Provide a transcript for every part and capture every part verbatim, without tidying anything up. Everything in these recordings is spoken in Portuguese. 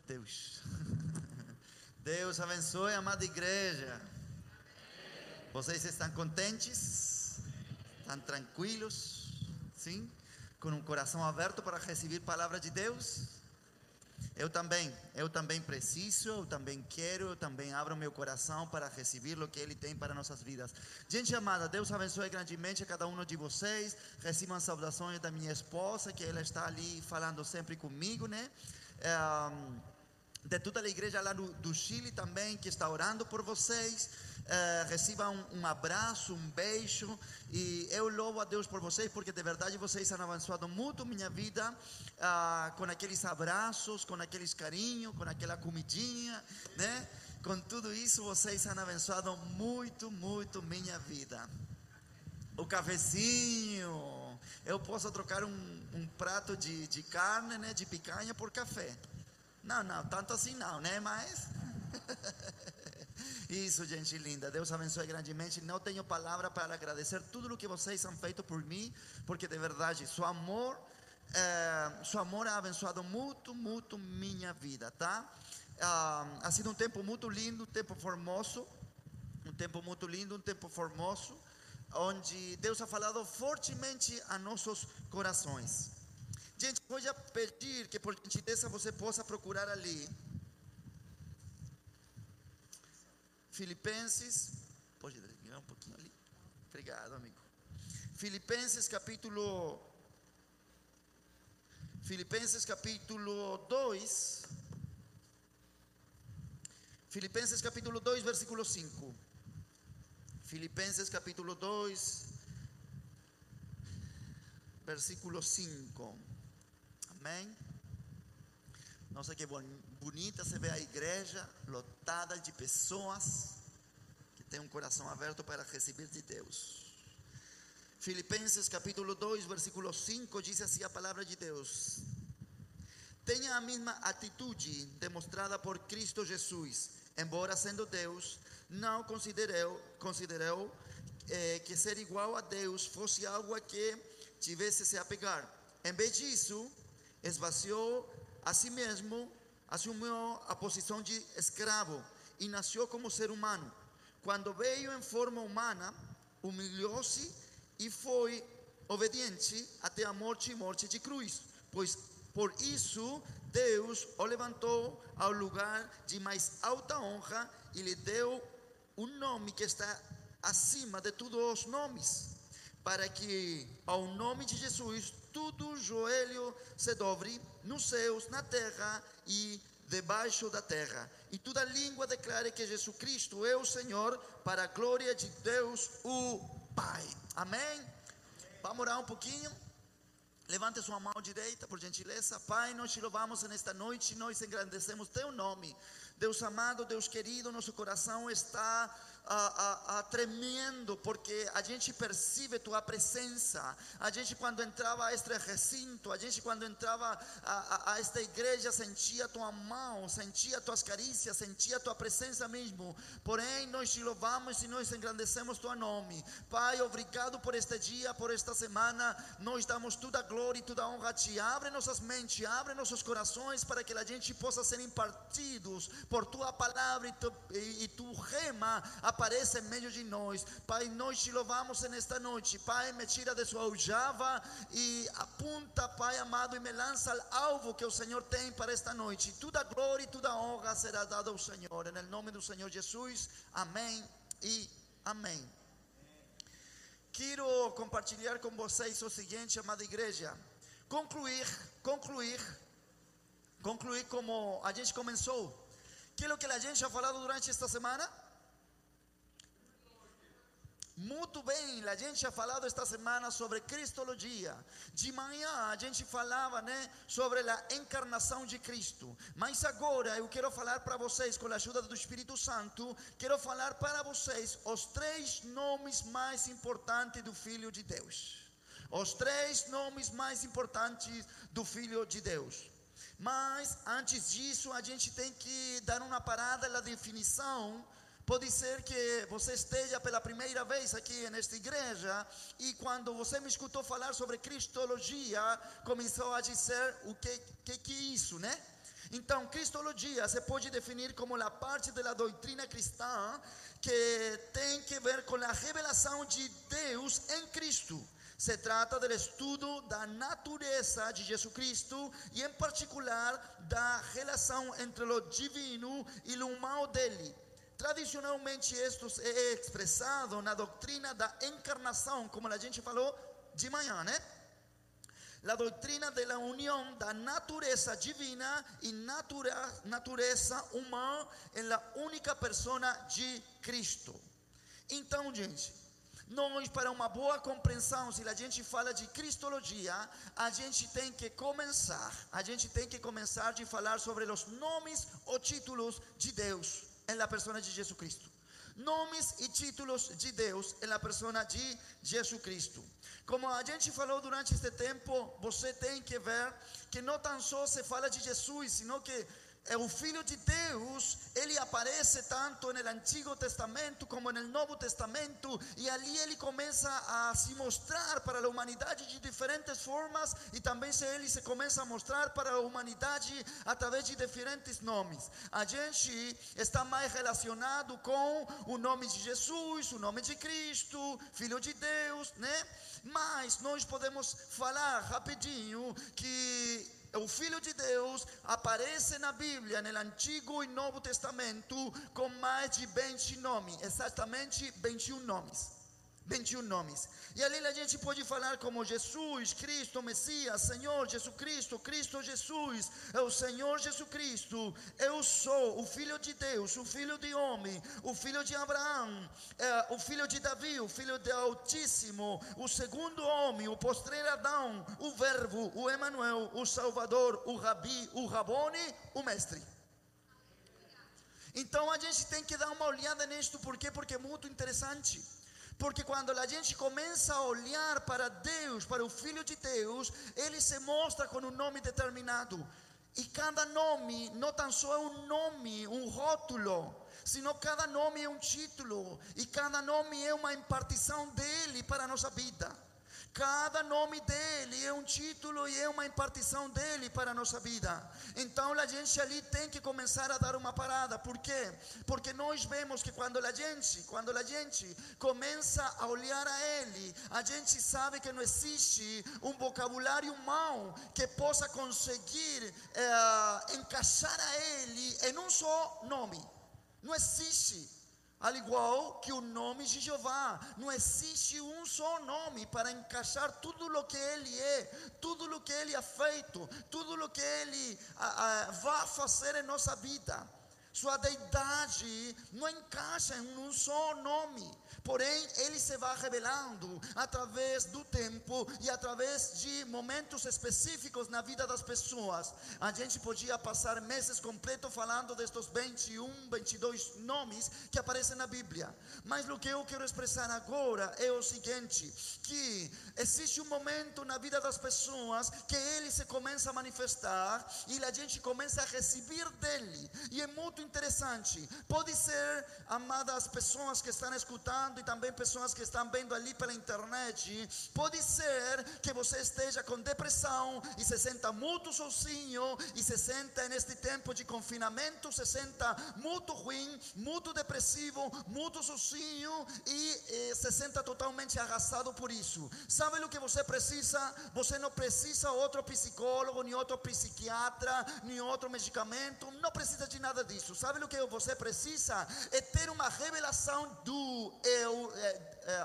Deus. Deus abençoe, amada igreja. Vocês estão contentes? Estão tranquilos? Sim? Com um coração aberto para receber palavra de Deus? Eu também, eu também preciso, eu também quero, eu também abro meu coração para receber o que Ele tem para nossas vidas. Gente amada, Deus abençoe grandemente a cada um de vocês. Recebam saudações da minha esposa, que ela está ali falando sempre comigo, né? É, de toda a igreja lá do, do Chile também, que está orando por vocês. É, recebam um, um abraço, um beijo. E eu louvo a Deus por vocês, porque de verdade vocês têm abençoado muito minha vida, ah, com aqueles abraços, com aqueles carinhos, com aquela comidinha, né? Com tudo isso vocês têm abençoado muito, muito minha vida. O cafezinho, eu posso trocar um, um prato de, de carne, né, de picanha por café. Não, não, tanto assim não, né? Mas isso, gente linda, Deus abençoe grandemente. Não tenho palavra para agradecer tudo o que vocês han feito por mim, porque de verdade, seu amor, é, seu amor ha abençoado muito, muito minha vida, tá? Ah, ha sido um tempo muito lindo, um tempo formoso, um tempo muito lindo, um tempo formoso, onde Deus ha falado fortemente a nossos corações. Gente, vou já pedir que por gentileza você possa procurar ali Filipenses. Pode virar um pouquinho ali? Obrigado, amigo. Filipenses capítulo Filipenses capítulo dois. Filipenses capítulo dois, versículo cinco. Filipenses capítulo dois, versículo cinco. Amém. Nossa, que bonita se vê a igreja lotada de pessoas que têm um coração aberto para receber de Deus. Filipenses capítulo dois, versículo cinco, diz assim a palavra de Deus: tenha a mesma atitude demonstrada por Cristo Jesus, embora sendo Deus, não considerou, considerou eh, que ser igual a Deus fosse algo a que tivesse se apegar. Em vez disso, esvaziou a si mesmo, assumiu a posição de escravo e nasceu como ser humano. Quando veio em forma humana, humilhou-se e foi obediente até a morte e morte de cruz. Pois por isso Deus o levantou ao lugar de mais alta honra e lhe deu um nome que está acima de todos os nomes, para que ao nome de Jesus todo joelho se dobre, nos céus, na terra e debaixo da terra, e toda língua declare que Jesus Cristo é o Senhor, para a glória de Deus o Pai. Amém? Vamos orar um pouquinho. Levante sua mão direita, por gentileza. Pai, nós te louvamos nesta noite, nós engrandecemos teu nome. Deus amado, Deus querido, nosso coração está ah, ah, ah, tremendo, porque a gente percebe tua presença. A gente, quando entrava a este recinto, a gente, quando entrava a, a, a esta igreja, sentia tua mão, sentia tuas carícias, sentia tua presença mesmo. Porém, nós te louvamos e nós engrandecemos teu nome. Pai, obrigado por este dia, por esta semana. Nós damos toda a glória e toda a honra a ti. Abre nossas mentes, abre nossos corações, para que a gente possa ser impartidos por tua palavra, e tu, e, e tu rema aparece em meio de nós. Pai, nós te louvamos nesta noite. Pai, me tira de sua aljava e apunta, Pai amado, e me lança ao alvo que o Senhor tem para esta noite. Toda glória e toda honra será dada ao Senhor, em nome do Senhor Jesus. Amém e amém. Quero compartilhar com vocês o seguinte, amada igreja. Concluir, concluir, concluir como a gente começou. Que é o que a gente ha falado durante esta semana? Muito bem, a gente ha falado esta semana sobre Cristologia. De manhã a gente falava, né, sobre a encarnação de Cristo. Mas agora eu quero falar para vocês, com a ajuda do Espírito Santo, quero falar para vocês os três nomes mais importantes do Filho de Deus. Os três nomes mais importantes do Filho de Deus. Mas antes disso a gente tem que dar uma parada na definição. Pode ser que você esteja pela primeira vez aqui nesta igreja e quando você me escutou falar sobre Cristologia, começou a dizer o que, que, que é isso, né? Então, cristologia se pode definir como a parte da doutrina cristã que tem que ver com a revelação de Deus em Cristo. Se trata do estudo da natureza de Jesus Cristo e, em particular, da relação entre o divino e o humano dele. Tradicionalmente, isto é expressado na doutrina da encarnação, como a gente falou de manhã, né? A doutrina da união da natureza divina e natura, natureza humana em la única persona de Cristo. Então, gente, nós, para uma boa compreensão, se a gente fala de cristologia, a gente tem que começar, a gente tem que começar de falar sobre os nomes ou títulos de Deus em la persona de Jesus Cristo. Nomes e títulos de Deus em la persona de Jesus Cristo. Como a gente falou durante este tempo, você tem que ver que não tão só se fala de Jesus, sino que é o Filho de Deus, ele aparece tanto no Antigo Testamento como no Novo Testamento, e ali ele começa a se mostrar para a humanidade de diferentes formas, e também ele se começa a mostrar para a humanidade através de diferentes nomes. A gente está mais relacionado com o nome de Jesus, o nome de Cristo, Filho de Deus, né? Mas nós podemos falar rapidinho que o Filho de Deus aparece na Bíblia, no Antigo e Novo Testamento, com mais de vinte nomes, exatamente vinte e um nomes. vinte e um nomes. E ali a gente pode falar como Jesus, Cristo, Messias, Senhor Jesus Cristo, Cristo Jesus, é o Senhor Jesus Cristo, eu sou o Filho de Deus, o Filho de homem, o Filho de Abraão, é, o Filho de Davi, o Filho de Altíssimo, o segundo homem, o postreiro Adão, o Verbo, o Emanuel, o Salvador, o Rabi, o Rabone, o Mestre. Então a gente tem que dar uma olhada nisto, por quê? Porque é muito interessante. Porque quando a gente começa a olhar para Deus, para o Filho de Deus, ele se mostra com um nome determinado. E cada nome não tão só é um nome, um rótulo, sino cada nome é um título. E cada nome é uma impartição dele para a nossa vida. Cada nome dele é um título e é uma impartição dele para a nossa vida. Então a gente ali tem que começar a dar uma parada. Por quê? Porque nós vemos que quando a gente, quando a gente começa a olhar a ele, a gente sabe que não existe um vocabulário humano que possa conseguir é, encaixar a ele em um só nome. Não existe. Al igual que o nome de Jeová, não existe um só nome para encaixar tudo o que ele é, tudo o que ele ha feito, tudo o que ele a, a, vai fazer em nossa vida. Sua deidade não encaixa em um só nome, porém ele se vai revelando através do tempo e através de momentos específicos na vida das pessoas. A gente podia passar meses completos falando destes vinte e um, vinte e dois nomes que aparecem na Bíblia, mas o que eu quero expressar agora é o seguinte, que existe um momento na vida das pessoas que ele se começa a manifestar e a gente começa a receber dele, e é muito interessante. Pode ser, amadas pessoas que estão escutando e também pessoas que estão vendo ali pela internet, pode ser que você esteja com depressão e se senta muito sozinho e se senta neste tempo de confinamento, se senta muito ruim, muito depressivo, muito sozinho e eh, se senta totalmente arrasado por isso. Sabe o que você precisa? Você não precisa outro psicólogo, nem outro psiquiatra, nem outro medicamento, não precisa de nada disso. Sabe o que você precisa? É ter uma revelação do eu. É, é,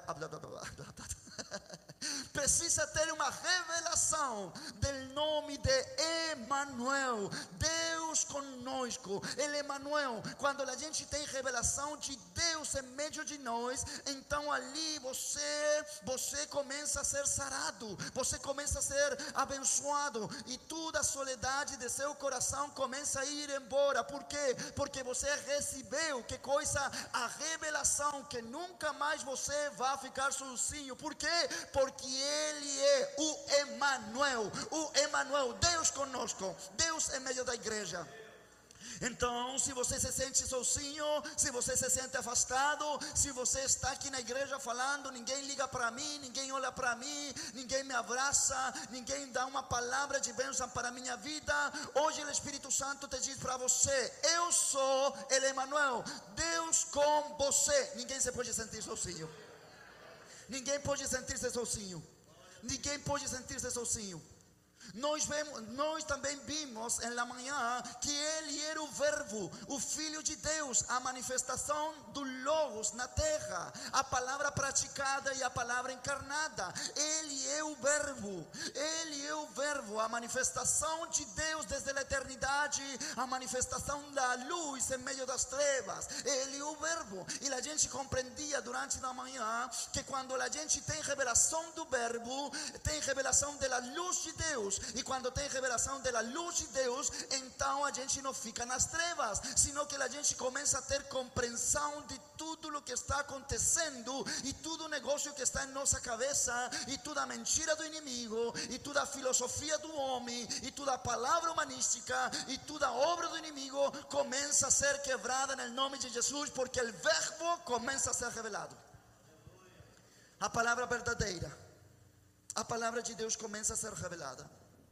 precisa ter uma revelação do nome de Emanuel, Deus conosco. Ele é Emanuel. Quando a gente tem revelação de Deus em meio de nós, então ali você, você começa a ser sarado, você começa a ser abençoado, e toda a soledade de seu coração começa a ir embora. Por quê? Porque você recebeu, que coisa? A revelação que nunca mais você vai ficar sozinho. Por quê? Porque ele é o Emanuel, o Emanuel, Deus conosco, Deus em meio da igreja. Então, se você se sente sozinho, se você se sente afastado, se você está aqui na igreja falando, ninguém liga para mim, ninguém olha para mim, ninguém me abraça, ninguém dá uma palavra de bênção para a minha vida, hoje o Espírito Santo te diz para você: eu sou o Emmanuel, Deus com você. Ninguém se pode sentir sozinho. Ninguém pode sentir-se sozinho. Ninguém pode sentir-se sozinho. Nós, vemos, nós também vimos em la manhã que Ele era o Verbo, o Filho de Deus, a manifestação do Logos na terra, a palavra praticada e a palavra encarnada. Ele é o Verbo, Ele é o Verbo, a manifestação de Deus desde a eternidade, a manifestação da luz em meio das trevas. Ele é o Verbo. E a gente compreendia durante a manhã que quando a gente tem revelação do Verbo, tem revelação da luz de Deus. E quando tem revelação da luz de Deus, então a gente não fica nas trevas, sino que a gente começa a ter compreensão de tudo o que está acontecendo, e todo o negócio que está em nossa cabeça, e toda a mentira do inimigo, e toda a filosofia do homem, e toda a palavra humanística, e toda a obra do inimigo começa a ser quebrada no nome de Jesus, porque o Verbo começa a ser revelado. A palavra verdadeira, a palavra de Deus começa a ser revelada.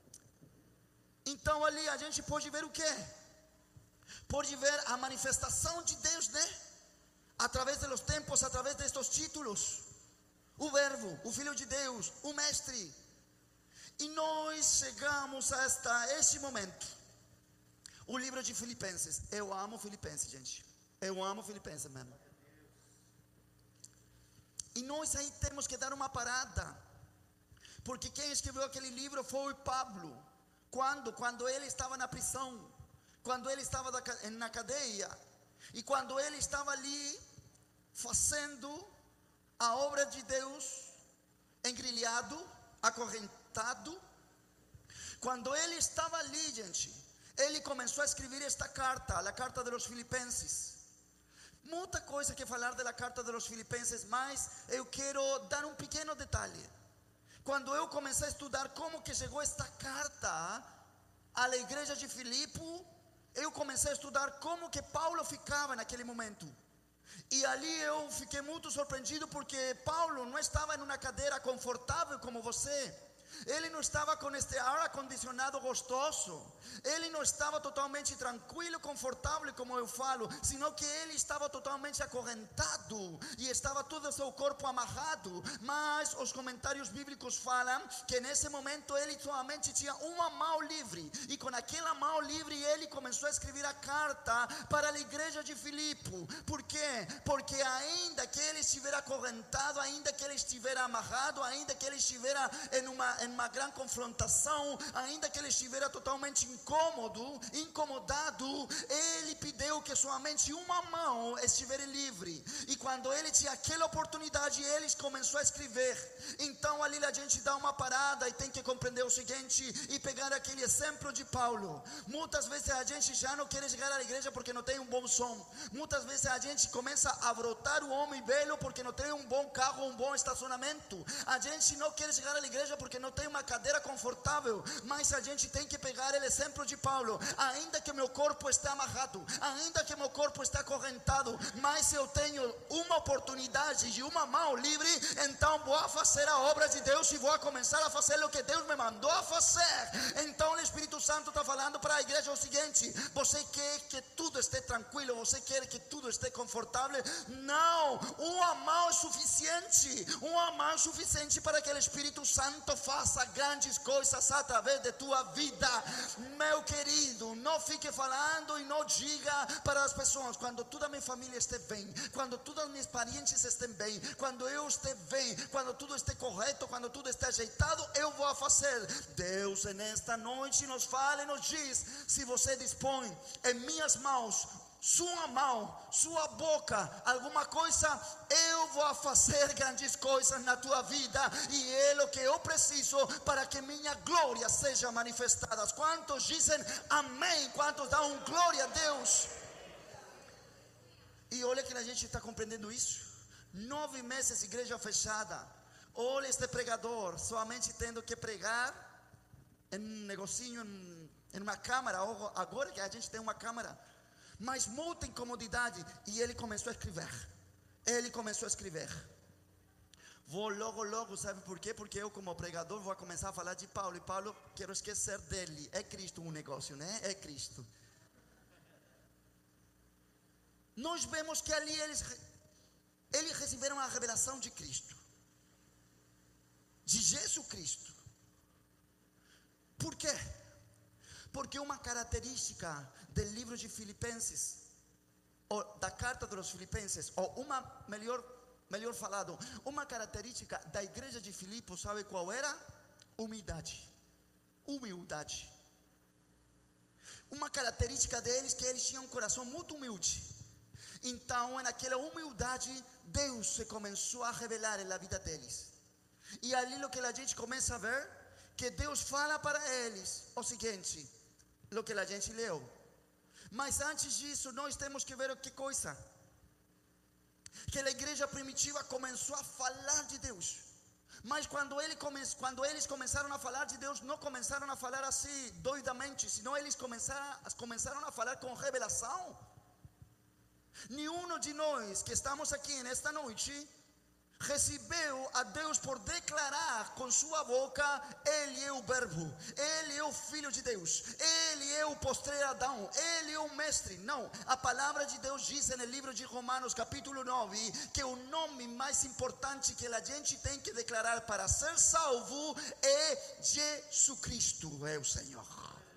Então ali a gente pode ver o quê? Pode ver a manifestação de Deus, né? Através dos tempos, através destes títulos. O Verbo, o Filho de Deus, o Mestre. E nós chegamos a esta, este momento. O livro de Filipenses. Eu amo Filipenses, gente. Eu amo Filipenses mesmo. E nós aí temos que dar uma parada. Porque quem escreveu aquele livro foi Pablo. Quando? Quando ele estava na prisão, quando ele estava na cadeia, e quando ele estava ali fazendo a obra de Deus, engrilhado, acorrentado, quando ele estava ali, gente, ele começou a escrever esta carta, a carta de los Filipenses. Muita coisa que falar da carta de los Filipenses, mas eu quero dar um pequeno detalhe. Quando eu comecei a estudar como que chegou esta carta à igreja de Filipe, eu comecei a estudar como que Paulo ficava naquele momento. E ali eu fiquei muito surpreendido, porque Paulo não estava em uma cadeira confortável como você. Ele não estava com este ar acondicionado gostoso. Ele não estava totalmente tranquilo, confortável, como eu falo, sino que ele estava totalmente acorrentado e estava todo o seu corpo amarrado. Mas os comentários bíblicos falam que nesse momento ele somente tinha uma mão livre, e com aquela mão livre ele começou a escrever a carta para a igreja de Filipe. Por quê? Porque ainda que ele estivesse acorrentado, ainda que ele estivesse amarrado, ainda que ele estivesse em uma em uma grande confrontação, ainda que ele estivesse totalmente incômodo, incomodado, ele pediu que somente uma mão estivesse livre. E quando ele tinha aquela oportunidade, ele começou a escrever. Então ali a gente dá uma parada e tem que compreender o seguinte, e pegar aquele exemplo de Paulo. Muitas vezes a gente já não quer chegar à igreja porque não tem um bom som. Muitas vezes a gente começa a brotar o homem velho porque não tem um bom carro, um bom estacionamento. A gente não quer chegar à igreja porque não tem uma cadeira confortável, mas a gente tem que pegar o exemplo de Paulo. Ainda que meu corpo esteja amarrado, ainda que meu corpo esteja acorrentado, mas eu tenho uma oportunidade e uma mão livre, então vou fazer a obra de Deus e vou começar a fazer o que Deus me mandou a fazer. Então o Espírito Santo está falando para a igreja o seguinte: você quer que tudo esteja tranquilo, você quer que tudo esteja confortável? Não, uma mão é suficiente, uma mão é suficiente para que o Espírito Santo faça grandes coisas através de tua vida. Meu querido, não fique falando e não diga para as pessoas: quando toda a minha família esteja bem, quando todas as minhas parentes estejam bem, quando eu esteja bem, quando tudo esteja correto, quando tudo esteja ajeitado, eu vou fazer. Deus nesta noite nos fala e nos diz: se você dispõe em minhas mãos, sua mão, sua boca, alguma coisa, eu vou fazer grandes coisas na tua vida, e é o que eu preciso para que minha glória seja manifestada. Quantos dizem amém? Quantos dão glória a Deus? E olha que a gente está compreendendo isso. Nove meses igreja fechada. Olha este pregador somente tendo que pregar em um negocinho, em, em uma câmara. Agora que a gente tem uma câmara mas muita incomodidade. E ele começou a escrever. Ele começou a escrever. Vou logo, logo, sabe por quê? Porque eu, como pregador, vou começar a falar de Paulo. E Paulo, quero esquecer dele. É Cristo um negócio, né? É Cristo. Nós vemos que ali eles, eles receberam a revelação de Cristo, de Jesus Cristo. Por quê? Porque uma característica do livro de Filipenses, ou da carta dos Filipenses, ou uma, melhor, melhor falado, uma característica da igreja de Filipos, sabe qual era? Humildade. Humildade. Uma característica deles que eles tinham um coração muito humilde. Então, naquela humildade, Deus se começou a revelar na vida deles. E ali o que a gente começa a ver, que Deus fala para eles o seguinte, o que a gente leu. Mas antes disso, nós temos que ver que coisa? Que a igreja primitiva começou a falar de Deus. Mas quando, ele come, quando eles começaram a falar de Deus, não começaram a falar assim, doidamente, senão eles começaram, começaram a falar com revelação. Nenhum de nós que estamos aqui nesta noite recebeu a Deus por declarar com sua boca: Ele é o verbo, Ele é o Filho de Deus, Ele é o postreiro Adão, Ele é o mestre. Não, a palavra de Deus diz no livro de Romanos capítulo nove que o nome mais importante que a gente tem que declarar para ser salvo é Jesus Cristo, é o Senhor.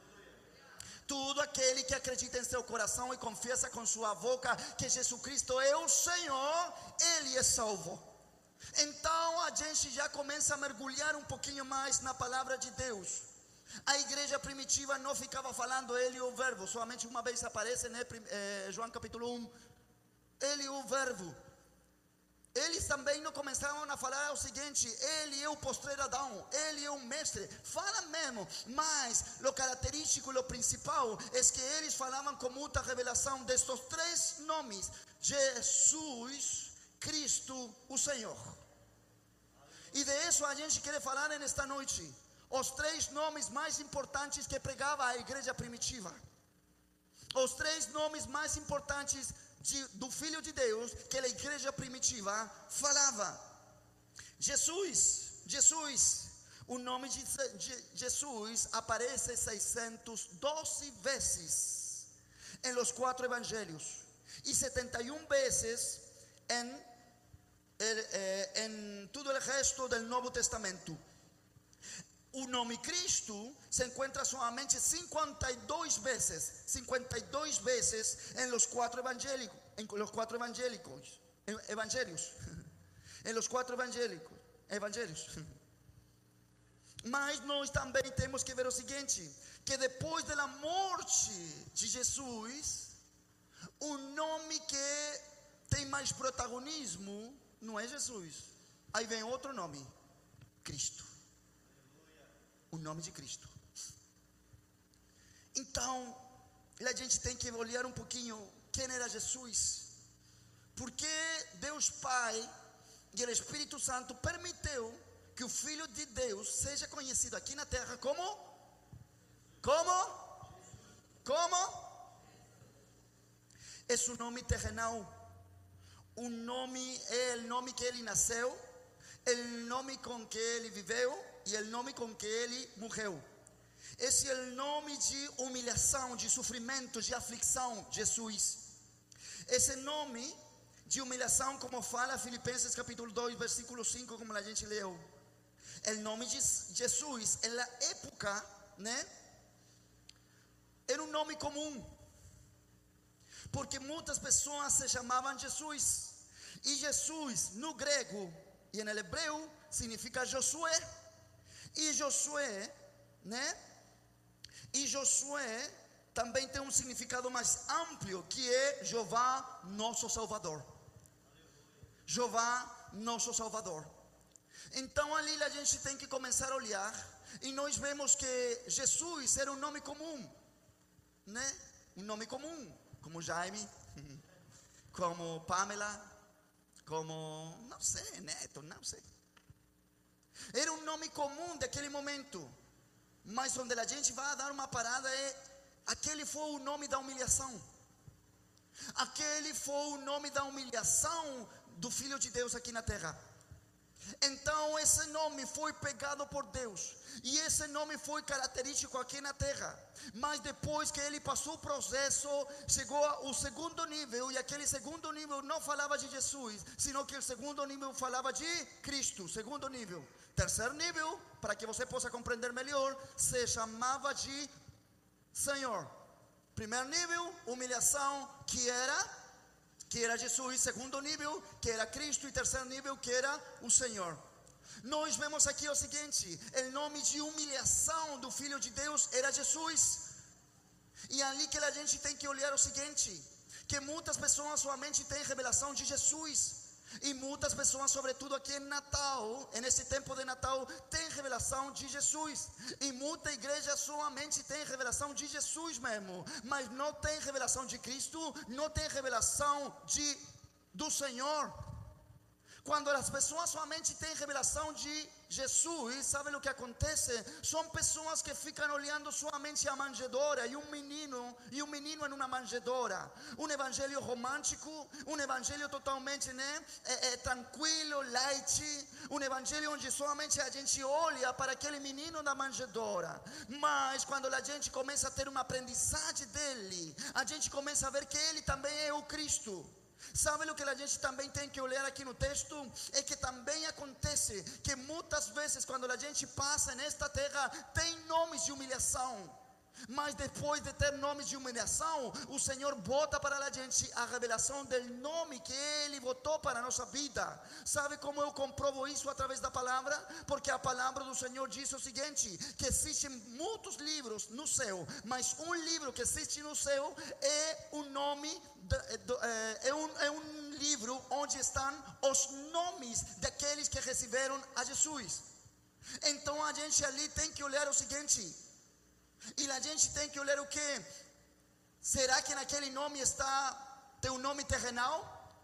Todo aquele que acredita em seu coração e confessa com sua boca que Jesus Cristo é o Senhor, ele é salvo. Então a gente já começa a mergulhar um pouquinho mais na palavra de Deus. A igreja primitiva não ficava falando ele é o verbo, somente uma vez aparece, né, eh, João capítulo um, ele é o verbo. Eles também não começaram a falar o seguinte: ele é o postreiro Adão, ele é o mestre. Fala mesmo, mas o característico, o principal, é que eles falavam com muita revelação destes três nomes: Jesus, Cristo, o Senhor. E de isso a gente quer falar nesta noite. Os três nomes mais importantes que pregava a igreja primitiva. Os três nomes mais importantes De, do Filho de Deus que a igreja primitiva falava. Jesus, Jesus, o nome de, de Jesus aparece seiscentas e doze vezes em los quatro evangelhos e setenta e uma vezes em, em todo o resto do Novo Testamento. O nome Cristo se encontra somente cincuenta e duas vezes, cincuenta e duas vezes em los quatro evangélicos, en los cuatro evangélicos, evangelios, en los cuatro evangélicos, evangelios. Mas nós também temos que ver o seguinte, que depois da morte de Jesus, o nome que tem mais protagonismo não é Jesus. Aí vem outro nome, Cristo. O nome de Cristo. Então, a gente tem que olhar um pouquinho quem era Jesus. Porque Deus Pai e o Espírito Santo permitiu que o Filho de Deus seja conhecido aqui na terra como? Como? Como? É o nome terrenal. O nome é o nome que ele nasceu, o nome com que ele viveu e o nome com que ele morreu. Esse é o nome de humilhação, de sofrimento, de aflição, Jesus. Esse nome de humilhação, como fala Filipenses capítulo dois, versículo cinco, como a gente leu. O nome de Jesus, na época, né, era um nome comum. Porque muitas pessoas se chamavam Jesus. E Jesus, no grego e no hebreu, significa Josué. E Josué, né? E Josué também tem um significado mais amplo, que é Jeová, nosso Salvador. Jeová, nosso Salvador. Então ali a gente tem que começar a olhar, e nós vemos que Jesus era um nome comum, né? Um nome comum, como Jaime, como Pamela, como, não sei, Neto, não sei. Era um nome comum daquele momento. Mas onde a gente vai dar uma parada é, aquele foi o nome da humilhação. Aquele foi o nome da humilhação do Filho de Deus aqui na terra. Então esse nome foi pegado por Deus, e esse nome foi característico aqui na terra. Mas depois que ele passou o processo, chegou ao segundo nível, e aquele segundo nível não falava de Jesus, sino que o segundo nível falava de Cristo. Segundo nível. Terceiro nível, para que você possa compreender melhor, se chamava de Senhor. Primeiro nível, humilhação, que era que era Jesus. Segundo nível, que era Cristo. E terceiro nível, que era o Senhor. Nós vemos aqui o seguinte: o nome de humilhação do Filho de Deus era Jesus. E ali que a gente tem que olhar o seguinte: que muitas pessoas somente têm revelação de Jesus. E muitas pessoas, sobretudo aqui em Natal, nesse tempo de Natal, tem revelação de Jesus. E muita igreja somente tem revelação de Jesus mesmo, mas não tem revelação de Cristo, não tem revelação de, do Senhor. Quando as pessoas somente têm revelação de Jesus, sabe o que acontece? São pessoas que ficam olhando somente a manjedoura, e um menino, e um menino em uma manjedoura. Um evangelho romântico, um evangelho totalmente, né, é, é, tranquilo, light. Um evangelho onde somente a gente olha para aquele menino da manjedoura. Mas quando a gente começa a ter uma aprendizagem dele, a gente começa a ver que ele também é o Cristo. Sabe o que a gente também tem que olhar aqui no texto? É que também acontece que muitas vezes, quando a gente passa nesta terra, tem nomes de humilhação. Mas depois de ter nomes de humilhação, o Senhor bota para a gente a revelação do nome que Ele botou para a nossa vida. Sabe como eu comprovo isso através da palavra? Porque a palavra do Senhor diz o seguinte: que existem muitos livros no céu, mas um livro que existe no céu é o nome é um, é um livro onde estão os nomes daqueles que receberam a Jesus. Então a gente ali tem que olhar o seguinte: e a gente tem que olhar o que? Será que naquele nome está teu nome terrenal?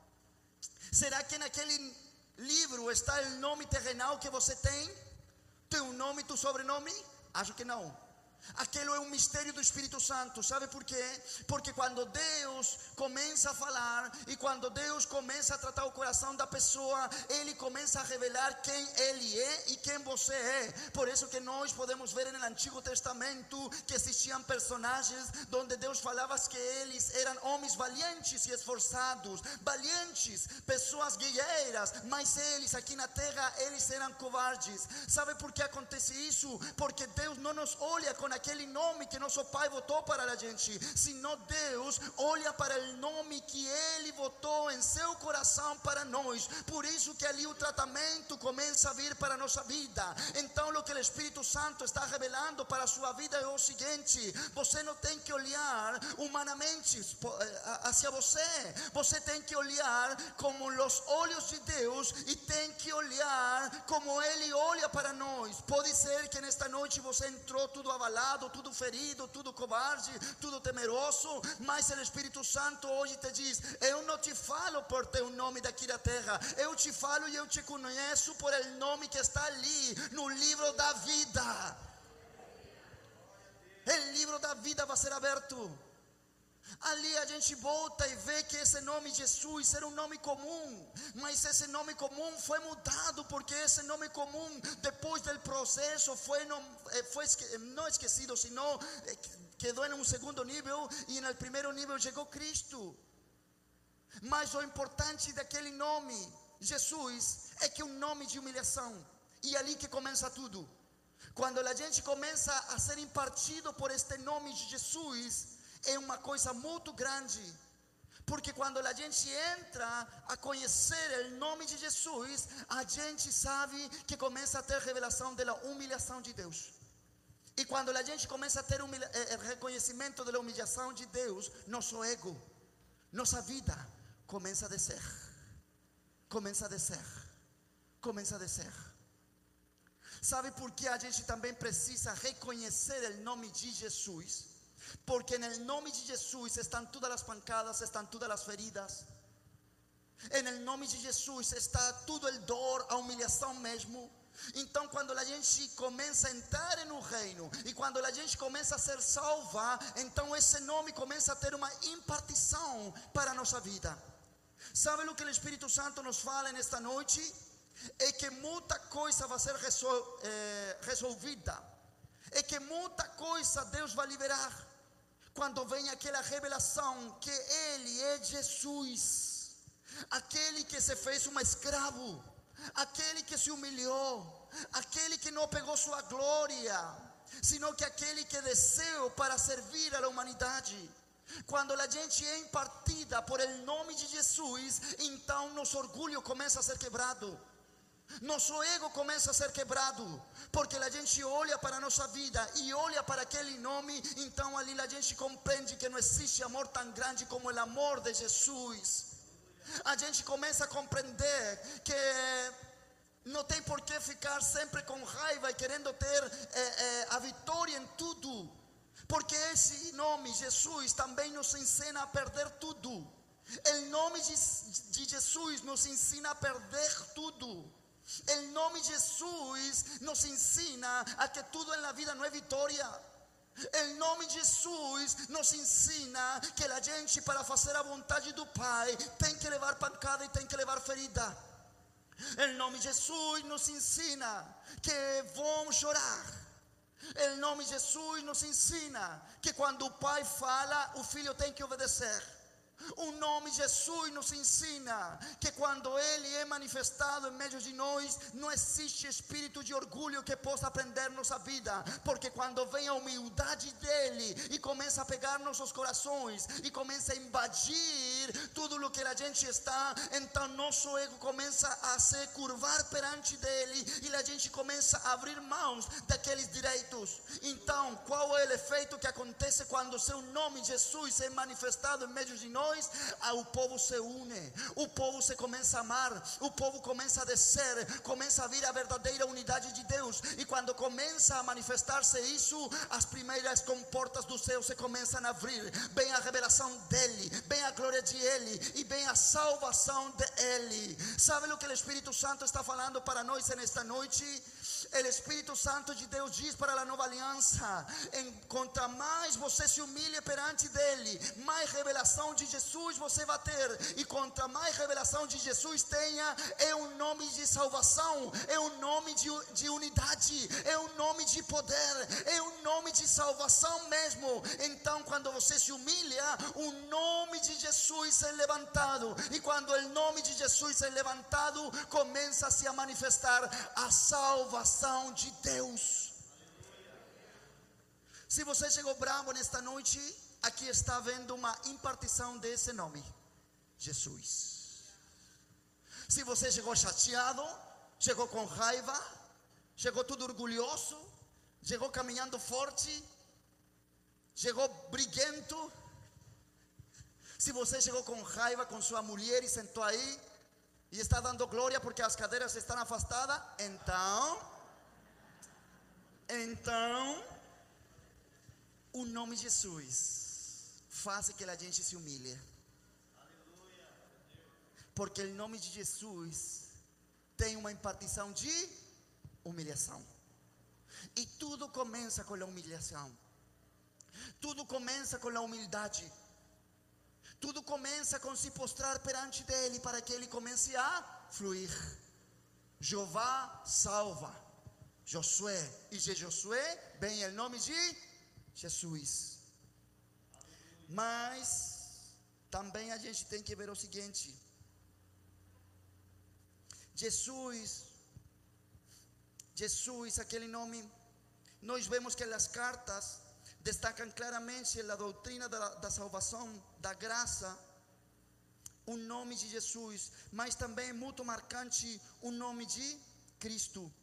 Será que naquele livro está o nome terrenal que você tem? Teu nome, teu sobrenome? Acho que não. Aquilo é um mistério do Espírito Santo. Sabe por quê? Porque quando Deus começa a falar, e quando Deus começa a tratar o coração da pessoa, Ele começa a revelar quem Ele é e quem você é. Por isso que nós podemos ver no Antigo Testamento que existiam personagens onde Deus falava que eles eram homens valientes e esforçados, valientes, pessoas guerreiras, mas eles aqui na terra, eles eram covardes. Sabe por que acontece isso? Porque Deus não nos olha com aquele nome que nosso Pai botou para a gente, senão Deus olha para o nome que Ele botou em seu coração para nós. Por isso que ali o tratamento começa a vir para a nossa vida. Então o que o Espírito Santo está revelando para a sua vida é o seguinte: você não tem que olhar humanamente hacia você, você tem que olhar como os olhos de Deus, e tem que olhar como Ele olha para nós. Pode ser que nesta noite você entrou tudo abalado, tudo ferido, tudo covarde, tudo temeroso, mas o Espírito Santo hoje te diz: eu não te falo por teu nome daqui da terra, eu te falo e eu te conheço por el nome que está ali no livro da vida. O livro da vida vai ser aberto. Ali a gente volta e vê que esse nome Jesus era um nome comum, mas esse nome comum foi mudado, porque esse nome comum, depois do processo, foi não, foi não esquecido, senão quedou em um segundo nível, e no primeiro nível chegou Cristo. Mas o importante daquele nome, Jesus, é que é um nome de humilhação, e é ali que começa tudo. Quando a gente começa a ser impartido por este nome de Jesus, é uma coisa muito grande, porque quando a gente entra a conhecer o nome de Jesus, a gente sabe que começa a ter revelação da humilhação de Deus. E quando a gente começa a ter o reconhecimento da humilhação de Deus, nosso ego, nossa vida começa a descer, começa a descer, começa a descer. Sabe por que a gente também precisa reconhecer o nome de Jesus? Porque no nome de Jesus estão todas as pancadas, estão todas as feridas. No nome de Jesus está tudo o dor, a humilhação mesmo. Então, quando a gente começa a entrar no reino e quando a gente começa a ser salva, então esse nome começa a ter uma impartição para a nossa vida. Sabe o que o Espírito Santo nos fala nesta noite? É que muita coisa vai ser resol, é, resolvida. É que muita coisa Deus vai liberar quando vem aquela revelação que Ele é Jesus, aquele que se fez um escravo, aquele que se humilhou, aquele que não pegou sua glória, sino que aquele que desceu para servir a humanidade. Quando a gente é impartida por el nome de Jesus, então nosso orgulho começa a ser quebrado, nosso ego começa a ser quebrado, porque a gente olha para a nossa vida e olha para aquele nome. Então ali a gente compreende que não existe amor tão grande como o amor de Jesus. A gente começa a compreender que não tem por que ficar sempre com raiva e querendo ter é, é, a vitória em tudo, porque esse nome, Jesus, também nos ensina a perder tudo. O nome de, de Jesus nos ensina a perder tudo. O nome de Jesus nos ensina a que tudo na vida não é vitória. O nome de Jesus nos ensina que a gente, para fazer a vontade do Pai, tem que levar pancada e tem que levar ferida. O nome de Jesus nos ensina que vamos chorar. O nome de Jesus nos ensina que quando o Pai fala, o Filho tem que obedecer. O nome de Jesus nos ensina que quando Ele é manifestado em meio de nós, não existe espírito de orgulho que possa prender nossa vida, porque quando vem a humildade dEle e começa a pegar nossos corações e começa a invadir tudo o que a gente está, então nosso ego começa a se curvar perante dEle e a gente começa a abrir mãos daqueles direitos. Então, qual é o efeito que acontece quando o seu nome Jesus é manifestado em meio de nós? O povo se une, o povo se começa a amar, o povo começa a descer, começa a vir a verdadeira unidade de Deus. E quando começa a manifestar-se isso, as primeiras comportas do céu se começam a abrir. Vem a revelação dele, vem a glória de ele e vem a salvação de ele. Sabe o que o Espírito Santo está falando para nós nesta noite? O Espírito Santo de Deus diz para a nova aliança: quanto mais você se humilha perante dele, mais revelação de Jesus você vai ter. E quanto mais revelação de Jesus tenha, é um nome de salvação, é um nome de, de unidade, é um nome de poder, é um nome de salvação mesmo. Então, quando você se humilha, o nome de Jesus é levantado, e quando o nome de Jesus é levantado, começa a se manifestar a salvação de Deus. Se você chegou bravo nesta noite, aqui está havendo uma impartição desse nome, Jesus. Se você chegou chateado, chegou com raiva, chegou tudo orgulhoso, chegou caminhando forte, chegou briguento. Se você chegou com raiva com sua mulher e sentou aí e está dando glória porque as cadeiras estão afastadas, então, então, o nome de Jesus faz que a gente se humilhe. Porque o nome de Jesus tem uma impartição de humilhação. E tudo começa com a humilhação. Tudo começa com a humildade. Tudo começa com se postrar perante dele para que ele comece a fluir. Jeová salva. Josué, e de Josué vem o nome de Jesus. Mas também a gente tem que ver o seguinte: Jesus, Jesus, aquele nome, nós vemos que as cartas destacam claramente a doutrina da, da salvação, da graça, o nome de Jesus, mas também é muito marcante o nome de Cristo.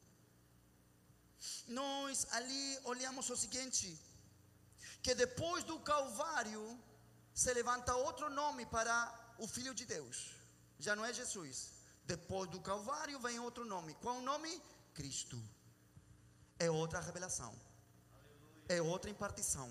Nós ali olhamos o seguinte, que depois do Calvário se levanta outro nome para o Filho de Deus. Já não é Jesus. Depois do Calvário vem outro nome. Qual o nome? Cristo. É outra revelação. É outra impartição.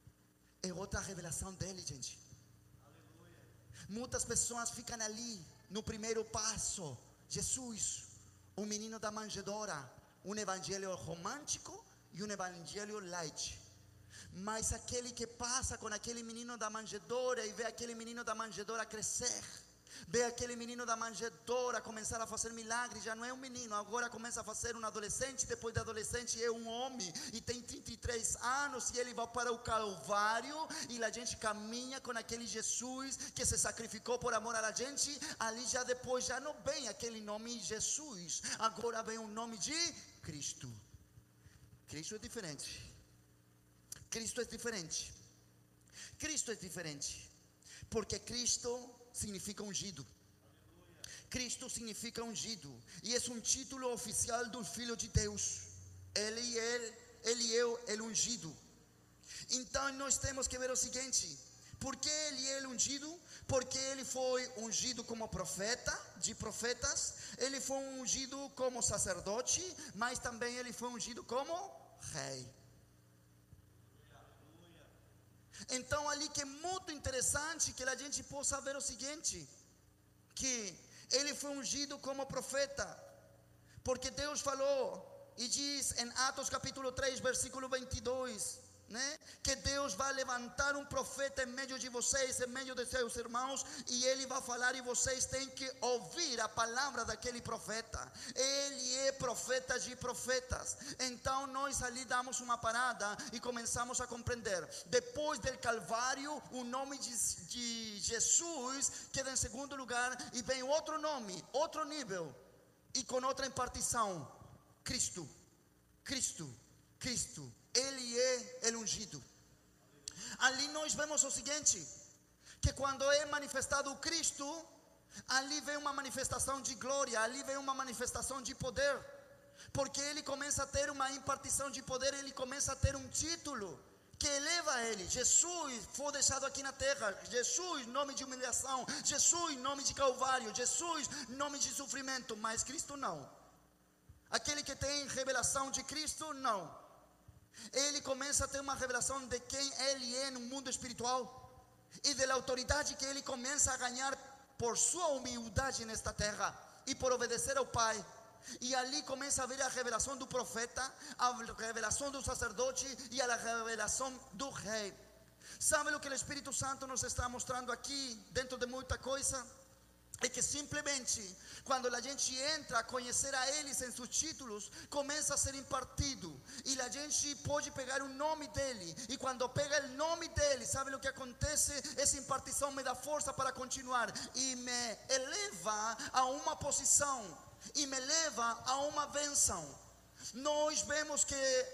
É outra revelação dele, gente. Muitas pessoas ficam ali no primeiro passo, Jesus, um menino da manjedoura, um evangelho romântico e um evangelho light. Mas aquele que passa com aquele menino da manjedoura e vê aquele menino da manjedoura crescer, vê aquele menino da manjedoura começar a fazer milagres, já não é um menino, agora começa a fazer um adolescente, depois de adolescente é um homem, e tem trinta e três anos, e ele vai para o Calvário, e a gente caminha com aquele Jesus que se sacrificou por amor a gente. Ali já depois, já não vem aquele nome Jesus, agora vem o nome de Cristo. Cristo é diferente. Cristo é diferente. Cristo é diferente. Porque Cristo significa ungido. Cristo significa ungido. E é um título oficial do Filho de Deus. Ele é, ele é o ungido. Então nós temos que ver o seguinte: por que ele é ungido? Porque ele foi ungido como profeta, de profetas. Ele foi ungido como sacerdote, mas também ele foi ungido como rei. Então ali que é muito interessante que a gente possa ver o seguinte, que ele foi ungido como profeta, porque Deus falou e diz em Atos capítulo três versículo vinte e dois, né, que Deus vai levantar um profeta em meio de vocês, em meio de seus irmãos, e ele vai falar e vocês têm que ouvir a palavra daquele profeta. Ele é profeta de profetas. Então nós ali damos uma parada e começamos a compreender. Depois do Calvário, o nome de, de Jesus queda em segundo lugar, e vem outro nome, outro nível, e com outra impartição: Cristo, Cristo, Cristo. Ele é o ungido. Ali nós vemos o seguinte, que quando é manifestado o Cristo, ali vem uma manifestação de glória, ali vem uma manifestação de poder, porque ele começa a ter uma impartição de poder, ele começa a ter um título que eleva ele. Jesus foi deixado aqui na terra, Jesus, nome de humilhação, Jesus, nome de Calvário, Jesus, nome de sofrimento, mas Cristo não. Aquele que tem revelação de Cristo, não. Ele começa a ter uma revelação de quem ele é no mundo espiritual e da autoridade que ele começa a ganhar por sua humildade nesta terra e por obedecer ao Pai. E ali começa a ver a revelação do profeta, a revelação do sacerdote e a revelação do rei. Sabe o que o Espírito Santo nos está mostrando aqui, dentro de muita coisa? É que simplesmente quando a gente entra a conhecer a eles em seus títulos, começa a ser impartido, e a gente pode pegar o nome dele, e quando pega o nome dele, sabe o que acontece? Essa impartição me dá força para continuar, e me eleva a uma posição, e me leva a uma bênção. Nós vemos que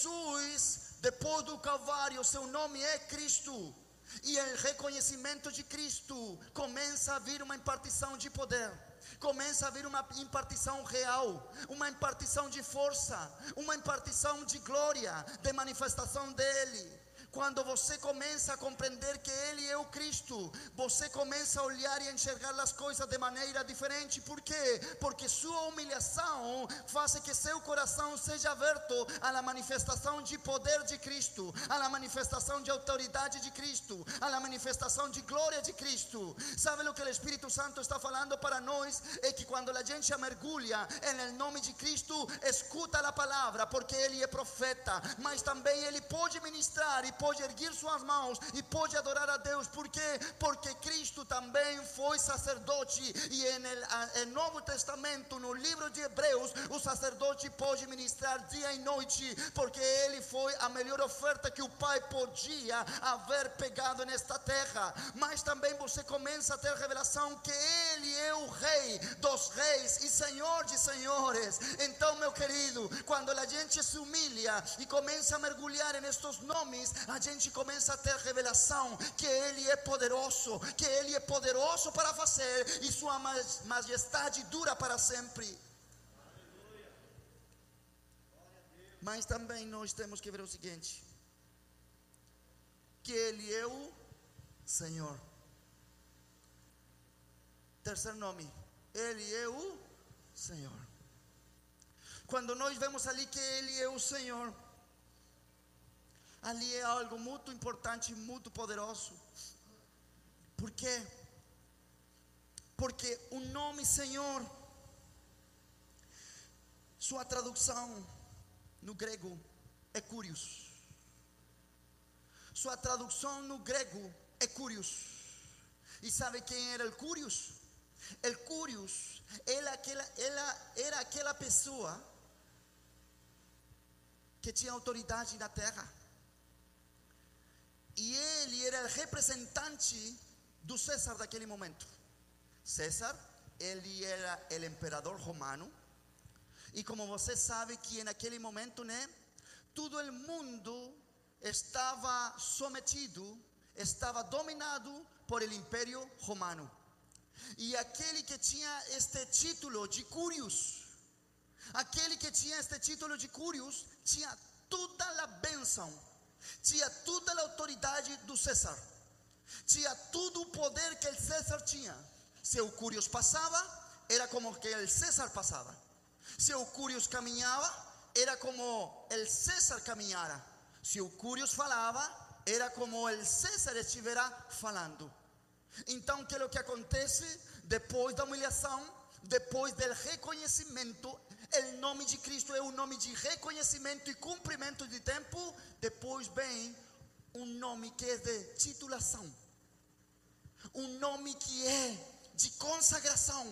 Jesus, depois do Calvário, seu nome é Cristo. E o reconhecimento de Cristo começa a vir uma impartição de poder, começa a vir uma impartição real, uma impartição de força, uma impartição de glória, de manifestação dele. Quando você começa a compreender que ele é o Cristo, você começa a olhar e enxergar as coisas de maneira diferente. Por quê? Porque sua humilhação faz que seu coração seja aberto à manifestação de poder de Cristo, à manifestação de autoridade de Cristo, à manifestação de glória de Cristo. Sabe o que o Espírito Santo está falando para nós? É que quando a gente mergulha em nome de Cristo, escuta a palavra, porque ele é profeta, mas também ele pode ministrar e pode erguer suas mãos e pode adorar a Deus. Por quê? Porque Cristo também foi sacerdote, e no Novo Testamento, no livro de Hebreus, o sacerdote pode ministrar dia e noite, porque ele foi a melhor oferta que o Pai podia haver pegado nesta terra. Mas também você começa a ter revelação que ele é o Rei dos reis e Senhor de senhores. Então, meu querido, quando a gente se humilha e começa a mergulhar nestes nomes, a gente começa a ter revelação que ele é poderoso, que ele é poderoso para fazer, e sua majestade dura para sempre. Mas também nós temos que ver o seguinte, que ele é o Senhor. Terceiro nome, ele é o Senhor. Quando nós vemos ali que ele é o Senhor, ali é algo muito importante, muito poderoso. Por quê? Porque o nome Senhor, sua tradução no grego é Kyrios. Sua tradução no grego é Kyrios. E sabe quem era o Kyrios? El Kyrios era aquela, era, era aquela pessoa que tinha autoridade na terra. E ele era o representante do César daquele momento. César, ele era o imperador romano. E como você sabe que naquele momento, né, todo o mundo estava sometido, estava dominado por el Império Romano. E aquele que tinha este título de Kyrios, aquele que tinha este título de Kyrios, tinha toda a bênção, tinha toda a autoridade do César, tinha todo o poder que o César tinha. Se o Kyrios passava, era como que o César passava. Se o Kyrios caminhava, era como o César caminhara. Se o Kyrios falava, era como o César estivera falando. Então, o que é o que acontece? Depois da humilhação, depois do reconhecimento, o nome de Cristo é um nome de reconhecimento e cumprimento de tempo. Depois vem um nome que é de titulação, um nome que é de consagração,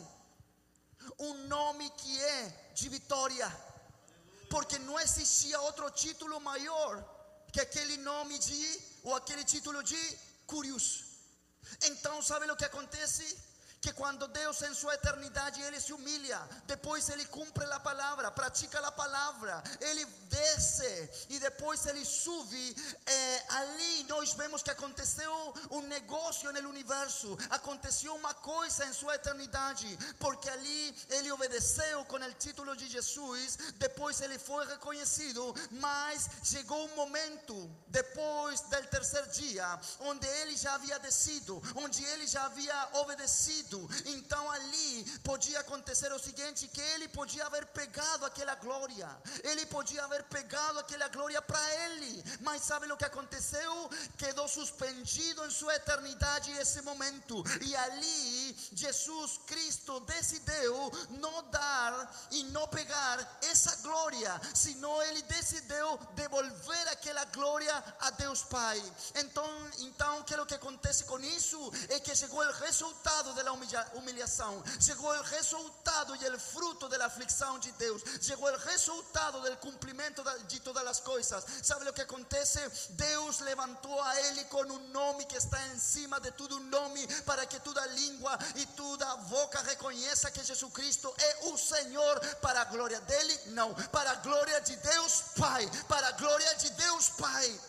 um nome que é de vitória, porque não existia outro título maior que aquele nome de, ou aquele título de Kyrios. Então, sabe o que acontece? Que quando Deus em sua eternidade, Ele se humilha, depois Ele cumpre a palavra, pratica a palavra, Ele desce e depois Ele sube, eh, ali nós vemos que aconteceu um negócio no universo, aconteceu uma coisa em sua eternidade, porque ali Ele obedeceu com o título de Jesus, depois Ele foi reconhecido, mas chegou um momento, depois do terceiro dia, onde Ele já havia descido, onde Ele já havia obedecido. Então ali podia acontecer o seguinte, que ele podia haver pegado aquela glória, ele podia haver pegado aquela glória para ele, mas sabe o que aconteceu? Quedou suspendido em sua eternidade esse momento, e ali Jesus Cristo decidiu não dar e não pegar essa glória, senão ele decidiu devolver aquela glória a Deus Pai. Então, então o que é o que acontece com isso? É que chegou o resultado da humilhação, chegou o resultado e o fruto da aflição de Deus, chegou o resultado do cumprimento de todas as coisas. Sabe o que acontece? Deus levantou a ele com um nome que está em cima de todo nome, para que toda língua e toda boca reconheça que Jesus Cristo é o Senhor, para a glória dele? Não, para a glória de Deus Pai, para a glória de Deus Pai.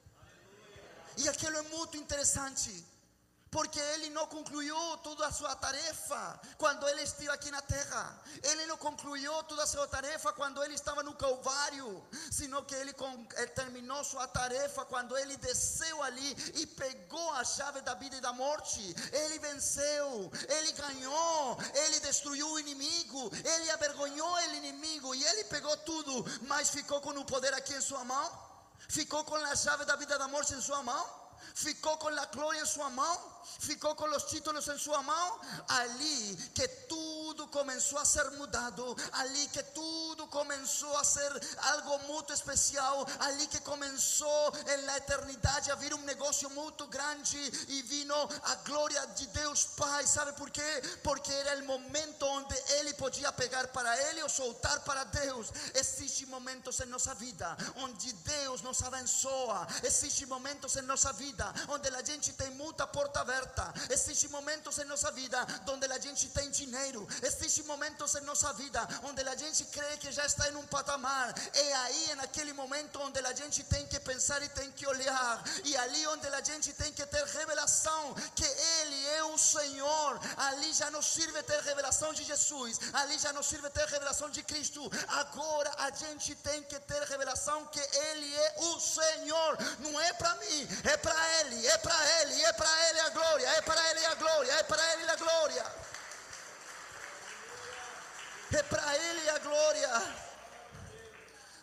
E aquilo é muito interessante, porque ele não concluiu toda a sua tarefa quando ele esteve aqui na terra. Ele não concluiu toda a sua tarefa quando ele estava no Calvário, sino que ele, ele terminou sua tarefa quando ele desceu ali e pegou a chave da vida e da morte. Ele venceu, ele ganhou, ele destruiu o inimigo, ele avergonhou o inimigo, e ele pegou tudo, mas ficou com o poder aqui em sua mão, ficou com a chave da vida e da morte em sua mão, ficou com a glória em sua mão, ficou com os títulos em sua mão. Ali que tudo começou a ser mudado, ali que tudo começou a ser algo muito especial, ali que começou na eternidade a vir um negócio muito grande, e vino a glória de Deus Pai. Sabe por quê? Porque era o momento onde ele podia pegar para ele ou soltar para Deus. Existem momentos em nossa vida onde Deus nos abençoa, existem momentos em nossa vida onde a gente tem muita porta aberta, existem momentos em nossa vida onde a gente tem dinheiro, existem momentos em nossa vida onde a gente crê que já está em um patamar. É aí, naquele momento, onde a gente tem que pensar e tem que olhar, e ali onde a gente tem que ter revelação que Ele é o Senhor. Ali já não serve ter revelação de Jesus, ali já não serve ter revelação de Cristo. Agora a gente tem que ter revelação que Ele é o Senhor. Não é para mim, é para Ele, é para Ele, é para Ele a glória, é para Ele a glória, é para Ele a glória, é para Ele a glória.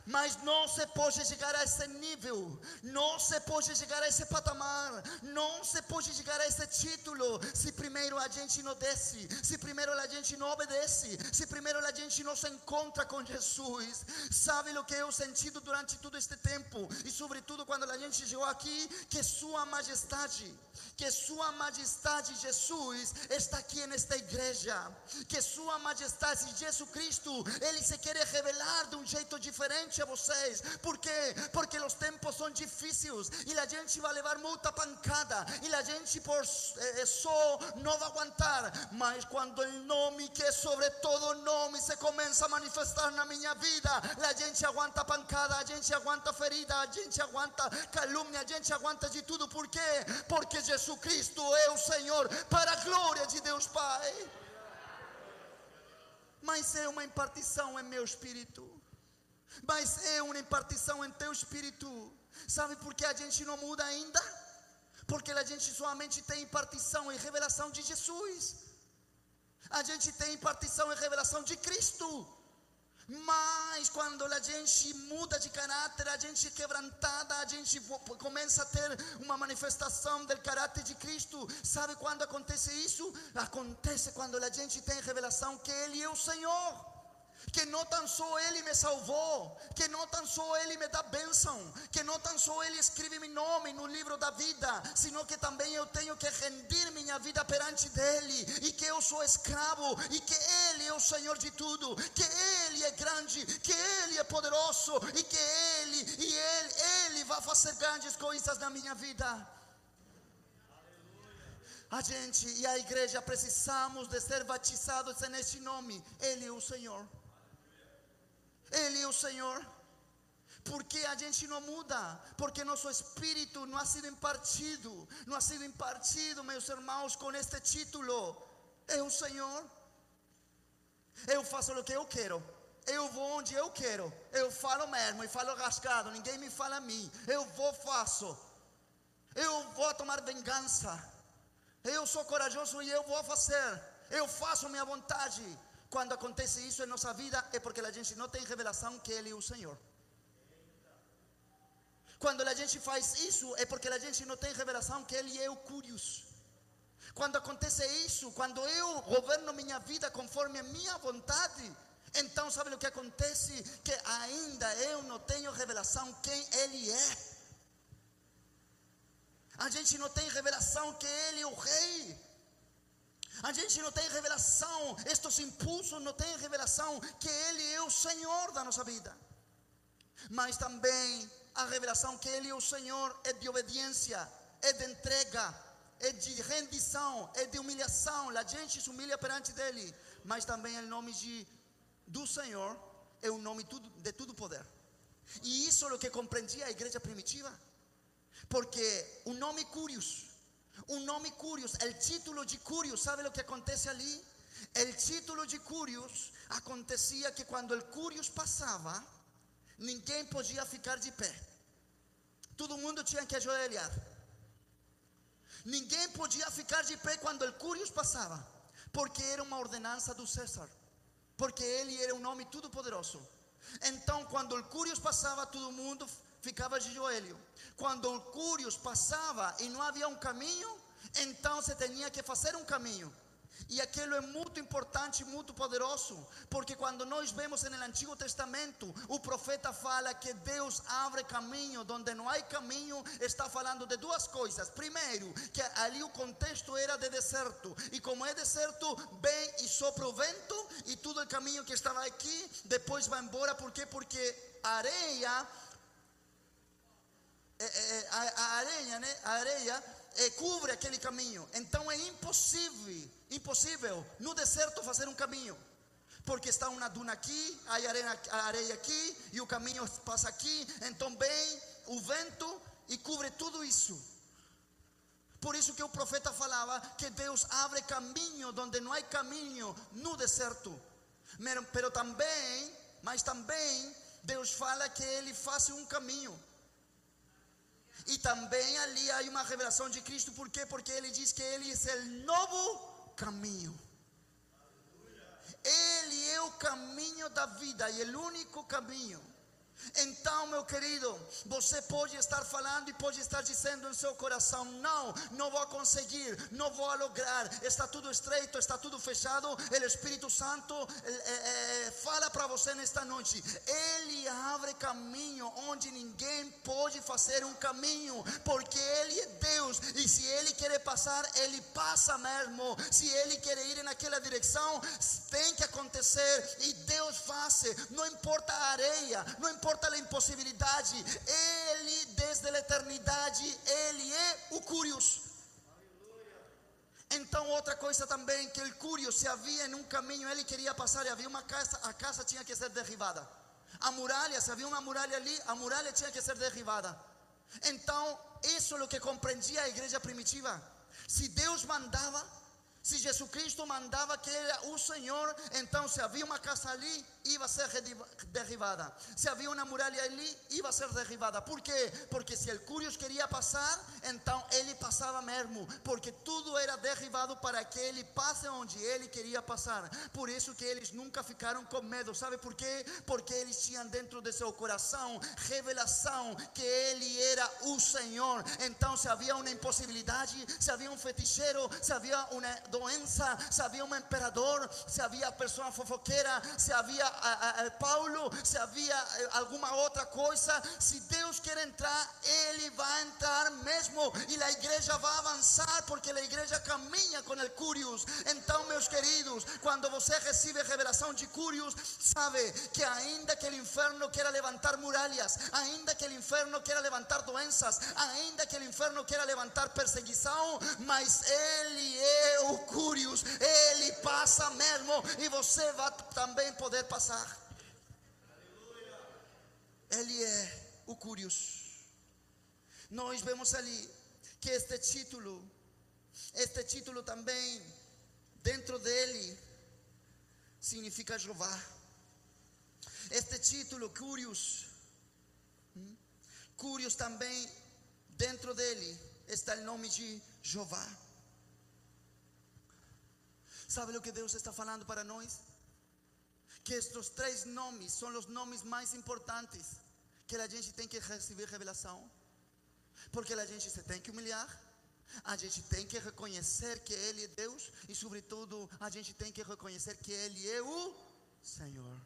Mas não se pode chegar a esse nível, não se pode chegar a esse patamar, não se pode chegar a esse título se primeiro a gente não desce, se primeiro a gente não obedece, se primeiro a gente não se encontra com Jesus. Sabe o que eu sentido durante todo este tempo e sobretudo quando a gente chegou aqui? Que Sua Majestade, que Sua Majestade Jesus está aqui nesta igreja, que Sua Majestade Jesus Cristo, Ele se quer revelar de um jeito diferente a vocês. Por quê? Porque os tempos são difíceis e a gente vai levar muita pancada e a gente por eh, só não vai aguentar, mas quando o nome que é sobre todo nome se começa a manifestar na minha vida, a gente aguenta pancada, a gente aguenta ferida, a gente aguenta calúnia, a gente aguenta de tudo. Por quê? Porque Jesus Cristo é o Senhor, para a glória de Deus Pai. Mas é uma impartição em meu espírito, mas é uma impartição em teu espírito. Sabe por que a gente não muda ainda? Porque a gente somente tem impartição e revelação de Jesus, a gente tem impartição e revelação de Cristo. Mas quando a gente muda de caráter, a gente é quebrantada, a gente começa a ter uma manifestação do caráter de Cristo. Sabe quando acontece isso? Acontece quando a gente tem revelação que Ele é o Senhor, que não tão só Ele me salvou, que não tão só Ele me dá bênção, que não tão só Ele escreve meu nome no livro da vida, sino que também eu tenho que rendir minha vida perante dEle, e que eu sou escravo, e que Ele é o Senhor de tudo, que Ele é grande, que Ele é poderoso, e que Ele, e Ele, Ele vai fazer grandes coisas na minha vida. A gente e a igreja precisamos de ser batizados neste nome. Ele é o Senhor, Ele é o Senhor. Porque a gente não muda? Porque nosso espírito não ha sido impartido, não ha sido impartido, meus irmãos, com este título. É o Senhor. Eu faço o que eu quero, eu vou onde eu quero, eu falo mesmo e falo rasgado, ninguém me fala a mim. Eu vou, faço, eu vou tomar vingança, eu sou corajoso e eu vou fazer, eu faço minha vontade. Quando acontece isso em nossa vida é porque a gente não tem revelação que Ele é o Senhor. Quando a gente faz isso é porque a gente não tem revelação que Ele é o Curious. Quando acontece isso, quando eu governo minha vida conforme a minha vontade, então sabe o que acontece? Que ainda eu não tenho revelação quem Ele é. A gente não tem revelação que Ele é o Rei. A gente não tem revelação, estes impulsos não têm revelação que Ele é o Senhor da nossa vida. Mas também a revelação que Ele é o Senhor é de obediência, é de entrega, é de rendição, é de humilhação. A gente se humilha perante dEle. Mas também o nome de, do Senhor é o nome de todo poder. E isso é o que compreendia a igreja primitiva. Porque o nome Curious, o nome Curious, o título de Curious, ¿sabe o que acontece ali? O título de Curious acontecia que quando o Curious passava, ninguém podia ficar de pé. Todo mundo tinha que ajoelhar. Ninguém podia ficar de pé quando o Curious passava, porque era uma ordenança do César, porque ele era um nome todo poderoso. Então quando o Curious passava, todo mundo ficava de joelho. Quando o Curious passava e não havia um caminho, então se tinha que fazer um caminho. E aquilo é muito importante, muito poderoso, porque quando nós vemos no Antigo Testamento, o profeta fala que Deus abre caminho, onde não há caminho, está falando de duas coisas. Primeiro, que ali o contexto era de deserto, e como é deserto, vem e sopra o vento, e todo o caminho que estava aqui, depois vai embora. Por quê? Porque a areia, a, a areia, né? A areia é, cobre aquele caminho. Então é impossível, impossível no deserto fazer um caminho, porque está uma duna aqui, a areia, a areia aqui, e o caminho passa aqui. Então vem o vento e cobre tudo isso. Por isso que o profeta falava que Deus abre caminho onde não há caminho no deserto. Mas, pero também, mas também Deus fala que Ele faz um caminho. E também ali há uma revelação de Cristo. Por quê? Porque Ele diz que Ele é o novo caminho. Ele é o caminho da vida e o único caminho. Então, meu querido, você pode estar falando e pode estar dizendo em seu coração: não, não vou conseguir, não vou lograr, está tudo estreito, está tudo fechado. O Espírito Santo é, é, fala para você nesta noite: Ele abre caminho onde ninguém pode fazer um caminho, porque Ele é Deus, e se Ele quer passar, Ele passa mesmo. Se Ele quer ir naquela direção, tem que acontecer, e Deus faz, não importa a areia, não importa a impossibilidade, Ele desde a eternidade, Ele é o Curios. Então outra coisa também, que o Curios, se havia em um caminho, ele queria passar e havia uma casa, a casa tinha que ser derribada. A muralha, se havia uma muralha ali, a muralha tinha que ser derribada. Então isso é o que compreendia a igreja primitiva. Se Deus mandava, se Jesus Cristo mandava que era o Senhor, então se havia uma casa ali, ia ser derribada. Se havia uma muralha ali, ia ser derribada. Por quê? Porque se o Curios queria passar, então ele passava mesmo, porque tudo era derribado para que ele passe onde ele queria passar. Por isso que eles nunca ficaram com medo. Sabe por quê? Porque eles tinham dentro de seu coração revelação que ele era o Senhor. Então se havia uma impossibilidade, se havia um feiticeiro, se havia uma doença, se havia um imperador, se havia pessoa fofoqueira, se havia A, a, a Paulo, se havia alguma outra coisa, se Deus quer entrar, Ele vai entrar mesmo, e a igreja vai avançar, porque a igreja caminha com o Curios. Então, meus queridos, quando você recebe revelação de Curios, sabe que ainda que o inferno queira levantar muralhas, ainda que o inferno queira levantar doenças, ainda que o inferno queira levantar perseguição, mas Ele é o Curios, Ele passa mesmo, e você vai também poder passar. Ele é o Curios. Nós vemos ali que este título, este título também, dentro dele, significa Jeová. Este título, Curios, Curios também, dentro dele, está o nome de Jeová. Sabe o que Deus está falando para nós? Que estes três nomes são os nomes mais importantes que a gente tem que receber revelação, porque a gente se tem que humilhar, a gente tem que reconhecer que Ele é Deus, e sobretudo a gente tem que reconhecer que Ele é o Senhor.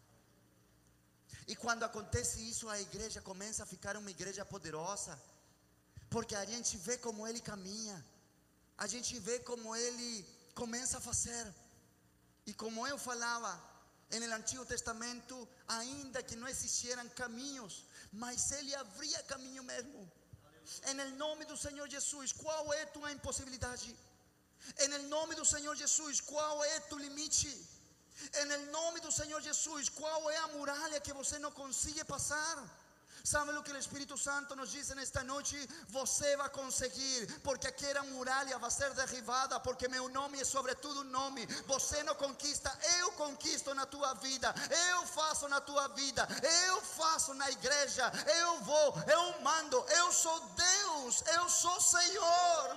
E quando acontece isso, a igreja começa a ficar uma igreja poderosa, porque a gente vê como Ele caminha, a gente vê como Ele começa a fazer. E como eu falava, em el Antigo Testamento, ainda que não existieran caminhos, mas Ele abria caminho mesmo. Em el nome do Senhor Jesus, qual é tua impossibilidade? Em el nome do Senhor Jesus, qual é tu limite? Em el nome do Senhor Jesus, qual é a muralha que você não consegue passar? Sabe o que o Espírito Santo nos diz nesta noite? Você vai conseguir, porque aquela muralha vai ser derribada, porque meu nome é sobre todo nome. Você não conquista, eu conquisto na tua vida, eu faço na tua vida, eu faço na igreja, eu vou, eu mando, eu sou Deus, eu sou Senhor.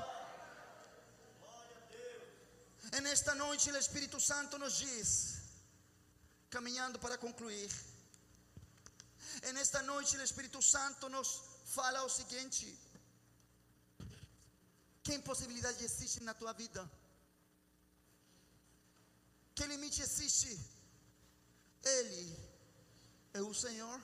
E nesta noite o Espírito Santo nos diz, caminhando para concluir, e nesta noite o Espírito Santo nos fala o seguinte: que impossibilidade existe na tua vida? Que limite existe? Ele é o Senhor.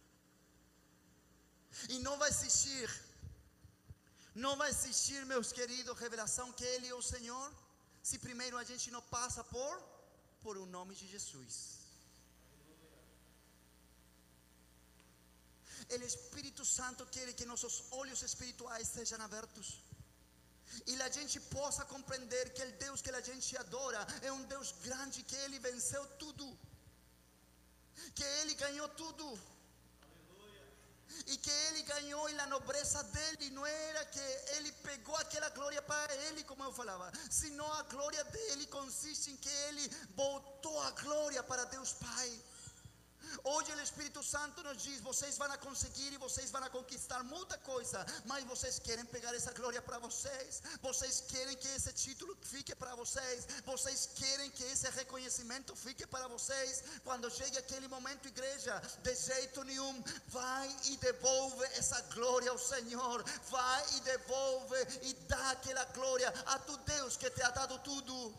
E não vai existir, não vai existir, meus queridos, revelação que Ele é o Senhor, se primeiro a gente não passa por, por o nome de Jesus. O Espírito Santo quer que nossos olhos espirituais sejam abertos, e a gente possa compreender que o Deus que a gente adora é um Deus grande, que Ele venceu tudo, que Ele ganhou tudo. Aleluia. E que Ele ganhou e a nobreza dele não era que Ele pegou aquela glória para Ele, como eu falava, senão a glória dele consiste em que Ele voltou a glória para Deus Pai. Hoje o Espírito Santo nos diz: vocês vão conseguir e vocês vão conquistar muita coisa, mas vocês querem pegar essa glória para vocês, vocês querem que esse título fique para vocês, vocês querem que esse reconhecimento fique para vocês. Quando chegue aquele momento, igreja, de jeito nenhum, vai e devolve essa glória ao Senhor, vai e devolve e dá aquela glória a tu Deus que te ha dado tudo.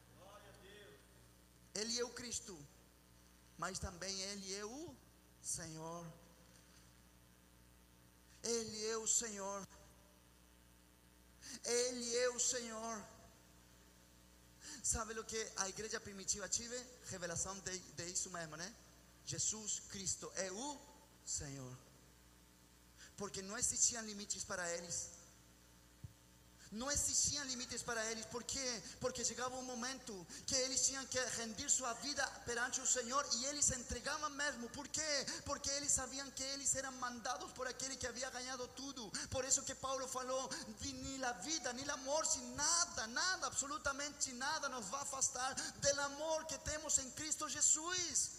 Ele é o Cristo, mas também Ele é o Senhor. Ele é o Senhor. Ele é o Senhor. Sabe o que a igreja primitiva tive? Revelação de, de isso mesmo, né? Jesus Cristo é o Senhor. Porque não existiam limites para eles. Não existiam limites para eles. Por quê? Porque chegava um momento que eles tinham que rendir sua vida perante o Senhor, e eles se entregavam mesmo. Por quê? Porque eles sabiam que eles eram mandados por aquele que havia ganhado tudo. Por isso que Paulo falou: nem a vida, nem a morte, nada, nada, absolutamente nada nos vai afastar do amor que temos em Cristo Jesus.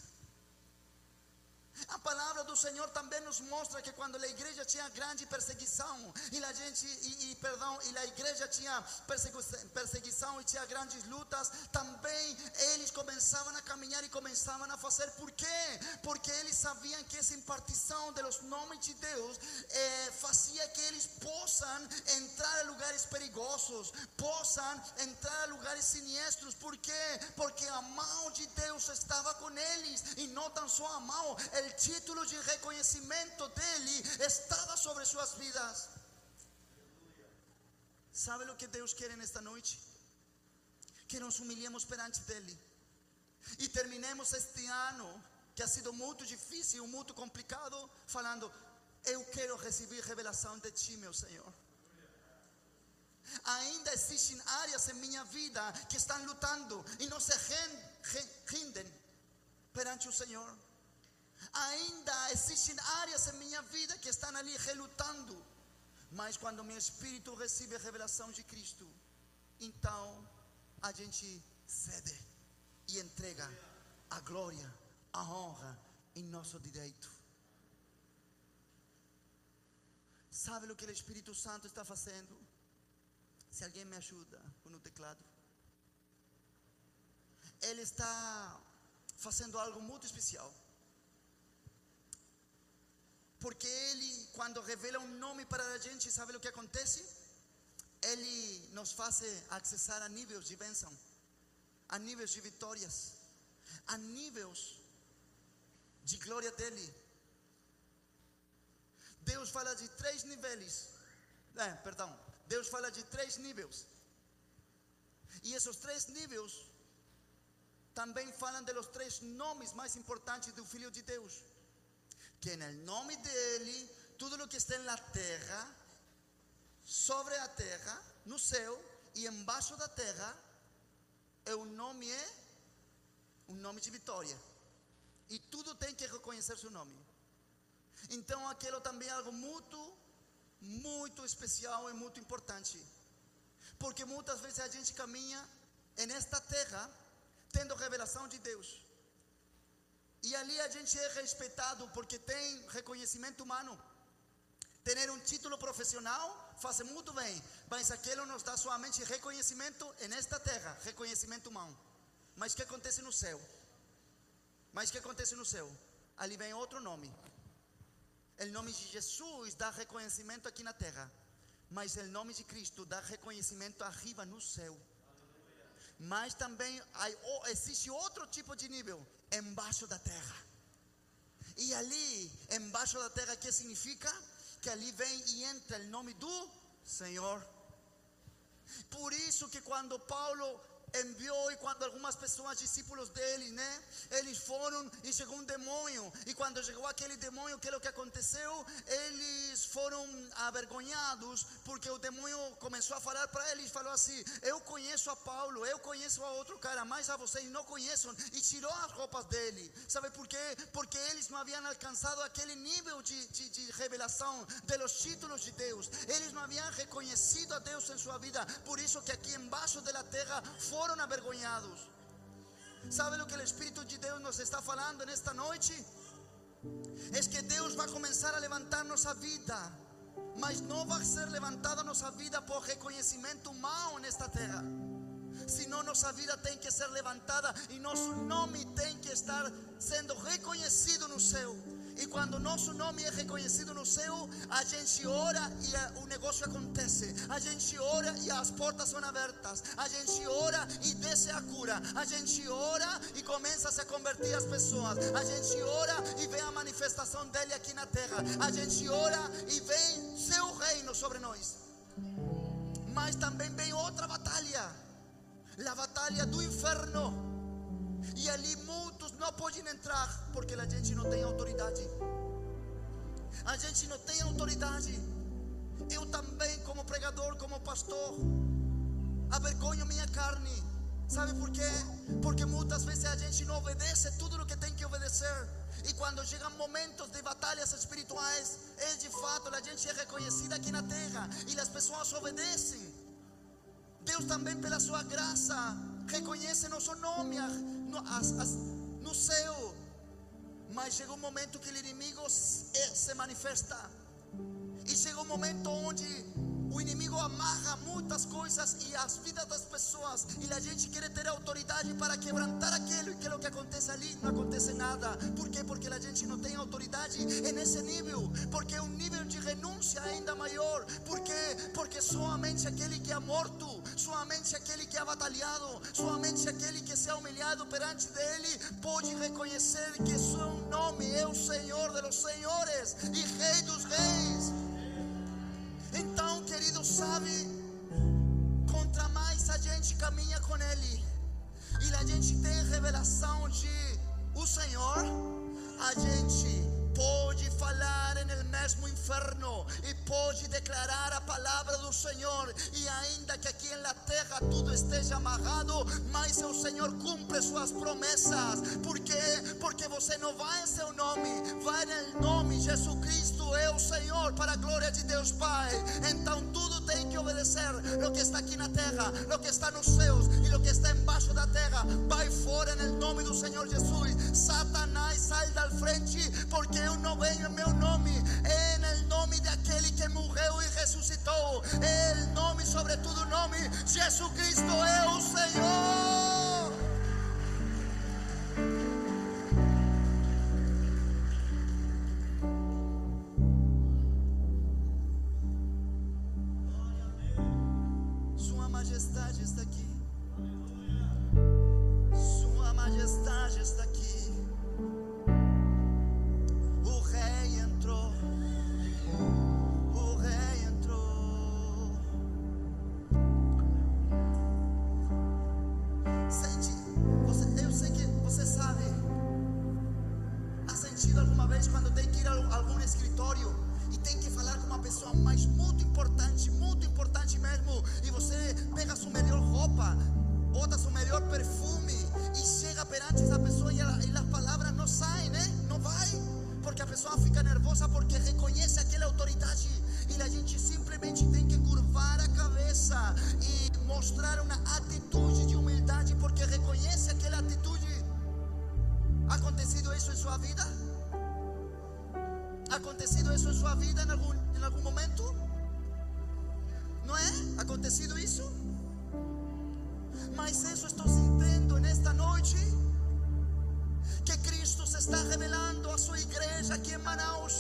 A palavra do Senhor também nos mostra que quando a igreja tinha grande perseguição e a gente e, e perdão e a igreja tinha perseguição e tinha grandes lutas, também eles começavam a caminhar e começavam a fazer. Por quê? Porque eles sabiam que essa impartição dos nomes de Deus eh, fazia que eles possam entrar a lugares perigosos, possam entrar a lugares siniestros. Por quê? Porque a mão de Deus estava com eles, e não tão só a mão, o título de reconhecimento dele estava sobre suas vidas. Sabe o que Deus quer nesta noite? Que nos humilhemos perante dele e terminemos este ano, que ha sido muito difícil, muito complicado, falando: eu quero receber revelação de ti, meu Senhor. Ainda existem áreas em minha vida que estão lutando e não se rendem perante o Senhor. Ainda existem áreas em minha vida que estão ali relutando, mas quando meu espírito recebe a revelação de Cristo, então a gente cede e entrega a glória, a honra em nosso direito. Sabe o que o Espírito Santo está fazendo? Se alguém me ajuda com o teclado. Ele está fazendo algo muito especial. Porque Ele, quando revela um nome para a gente, sabe o que acontece? Ele nos faz acessar a níveis de bênção, a níveis de vitórias, a níveis de glória dele. Deus fala de três níveis. É, perdão. Deus fala de três níveis. E esses três níveis também falam de los três nomes mais importantes do Filho de Deus. Que en el nome dele, tudo o que está na terra, sobre a terra, no céu e embaixo da terra, é um nome, é um nome de vitória. E tudo tem que reconhecer seu nome. Então aquilo também é algo muito, muito especial e muito importante. Porque muitas vezes a gente caminha nesta terra tendo revelação de Deus. E ali a gente é respeitado porque tem reconhecimento humano. Ter um título profissional faz muito bem, mas aquilo nos dá somente reconhecimento nesta terra, reconhecimento humano. Mas o que acontece no céu? Mas o que acontece no céu? Ali vem outro nome. O nome de Jesus dá reconhecimento aqui na terra, mas o nome de Cristo dá reconhecimento arriba no céu. Mas também existe outro tipo de nível embaixo da terra. E ali embaixo da terra, que significa? Que ali vem e entra o nome do Senhor. Por isso que quando Paulo enviou, e quando algumas pessoas, discípulos dele, né, eles foram e chegou um demônio, e quando chegou aquele demônio, que é o que aconteceu? Eles foram avergonhados, porque o demônio começou a falar para eles, falou assim: eu conheço a Paulo, eu conheço a outro cara, mas a vocês não conhecem, e tirou as roupas dele. Sabe por quê? Porque eles não haviam alcançado aquele nível de, de, de revelação de los títulos de Deus, eles não haviam reconhecido a Deus em sua vida. Por isso que aqui embaixo da terra foram foram avergonhados. ¿Sabe lo que el Espíritu de Deus nos está falando nesta noite? é que Deus vai começar a levantar nossa vida, mas não vai ser levantada nossa vida por reconhecimento humano nesta terra, senão nossa vida tem que ser levantada e nosso nome tem que estar sendo reconhecido no céu. E quando nosso nome é reconhecido no céu, a gente ora e a, o negócio acontece. A gente ora e as portas são abertas. A gente ora e desce a cura. A gente ora e começa a se convertir as pessoas. A gente ora e vê a manifestação dele aqui na terra. A gente ora e vem seu reino sobre nós. Mas também vem outra batalha, a batalha do inferno. E ali muitos não podem entrar porque a gente não tem autoridade. A gente não tem autoridade. Eu também, como pregador, como pastor, avergonho minha carne. Sabe por quê? Porque muitas vezes a gente não obedece tudo o que tem que obedecer. E quando chegam momentos de batalhas espirituais, é de fato, a gente é reconhecida aqui na terra e as pessoas obedecem. Deus também, pela sua graça, reconhece nosso nome no, as, as, no céu. Mas chega um momento que o inimigo se, se manifesta. E chega um momento onde o inimigo amarra muitas coisas e as vidas das pessoas. E a gente quer ter autoridade para quebrantar aquilo. E que é o que acontece ali? Não acontece nada. Por quê? Porque a gente não tem autoridade nesse nível. Porque é um nível de renúncia ainda maior. Por quê? Porque somente aquele que é morto, somente aquele que é batalhado, somente aquele que se é humilhado perante dele pode reconhecer que seu nome é o Senhor dos senhores e Rei dos reis. Então, querido, sabe, contra mais a gente caminha com Ele e a gente tem revelação de o Senhor, a gente pode falar no mesmo inferno e pode declarar a palavra do Senhor. E ainda que aqui na terra tudo esteja amarrado, mas o Senhor cumpre suas promessas. Por quê? Porque você não vai em seu nome, vai no nome Jesus Cristo é o Senhor, para a glória de Deus Pai. Então tudo tem que obedecer. O que está aqui na terra, o que está nos céus e o que está embaixo da terra, vai fora no nome do Senhor Jesus. Satanás, sai da frente, porque eu não venho em meu nome, é no nome daquele que morreu e ressuscitou. É o nome, sobre todo nome, Jesus Cristo é o Senhor. Sua majestade está aqui. Sua majestade está aqui. Quando tem que ir a algum escritório e tem que falar com uma pessoa mais muito importante, muito importante mesmo, e você pega sua melhor roupa, bota seu melhor perfume e chega perante essa pessoa e, ela, e as palavras não saem, né? Não vai, porque a pessoa fica nervosa porque reconhece aquela autoridade. E a gente simplesmente tem que curvar a cabeça e mostrar uma atitude de humildade, porque reconhece aquela atitude. Ha acontecido isso em sua vida? Ha acontecido isso em sua vida em algum, em algum momento? Não é? Ha acontecido isso? Mas isso estou sentindo nesta noite, que Cristo se está revelando a sua igreja aqui em Manaus.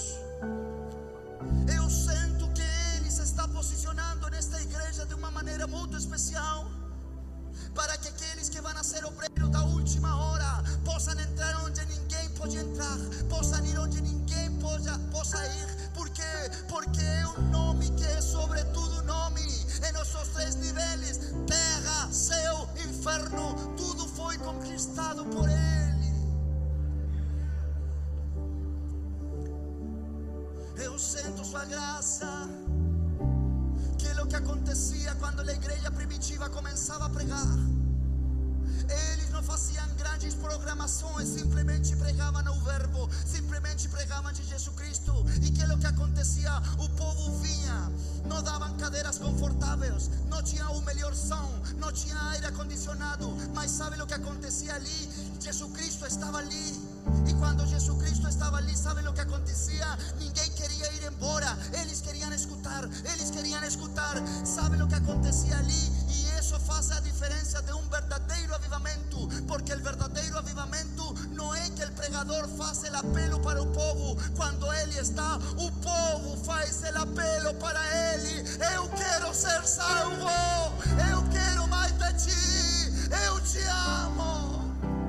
Eu sinto que Ele se está posicionando nesta igreja de uma maneira muito especial, para que aqueles que vão ser obreiros da última hora possam entrar onde ninguém pode entrar, possam ir onde ninguém possa, possa ir. Por quê? Porque é um nome que é sobre todo nome. Em nossos três níveis, terra, céu, inferno, tudo foi conquistado por Ele. Eu sinto sua graça. Que é o que acontecia quando a igreja primitiva começava a pregar. Eles não faziam grandes programações, simplesmente pregavam o verbo, simplesmente pregavam de Jesus Cristo. E que é o que acontecia? O povo vinha, não davam cadeiras confortáveis, não tinha o melhor som, não tinha aire acondicionado, mas sabe o que acontecia ali? Jesus Cristo estava ali. E quando Jesus Cristo estava ali, sabe o que acontecia? Ninguém queria ir embora, eles queriam escutar, eles queriam escutar. Sabe o que acontecia ali? E isso faz a diferença de um verdadeiro avivamento, porque o verdadeiro avivamento não é que o pregador faz o apelo para o povo. Quando ele está, o povo faz o apelo para ele. Eu quero ser salvo, eu quero mais de ti, eu te amo.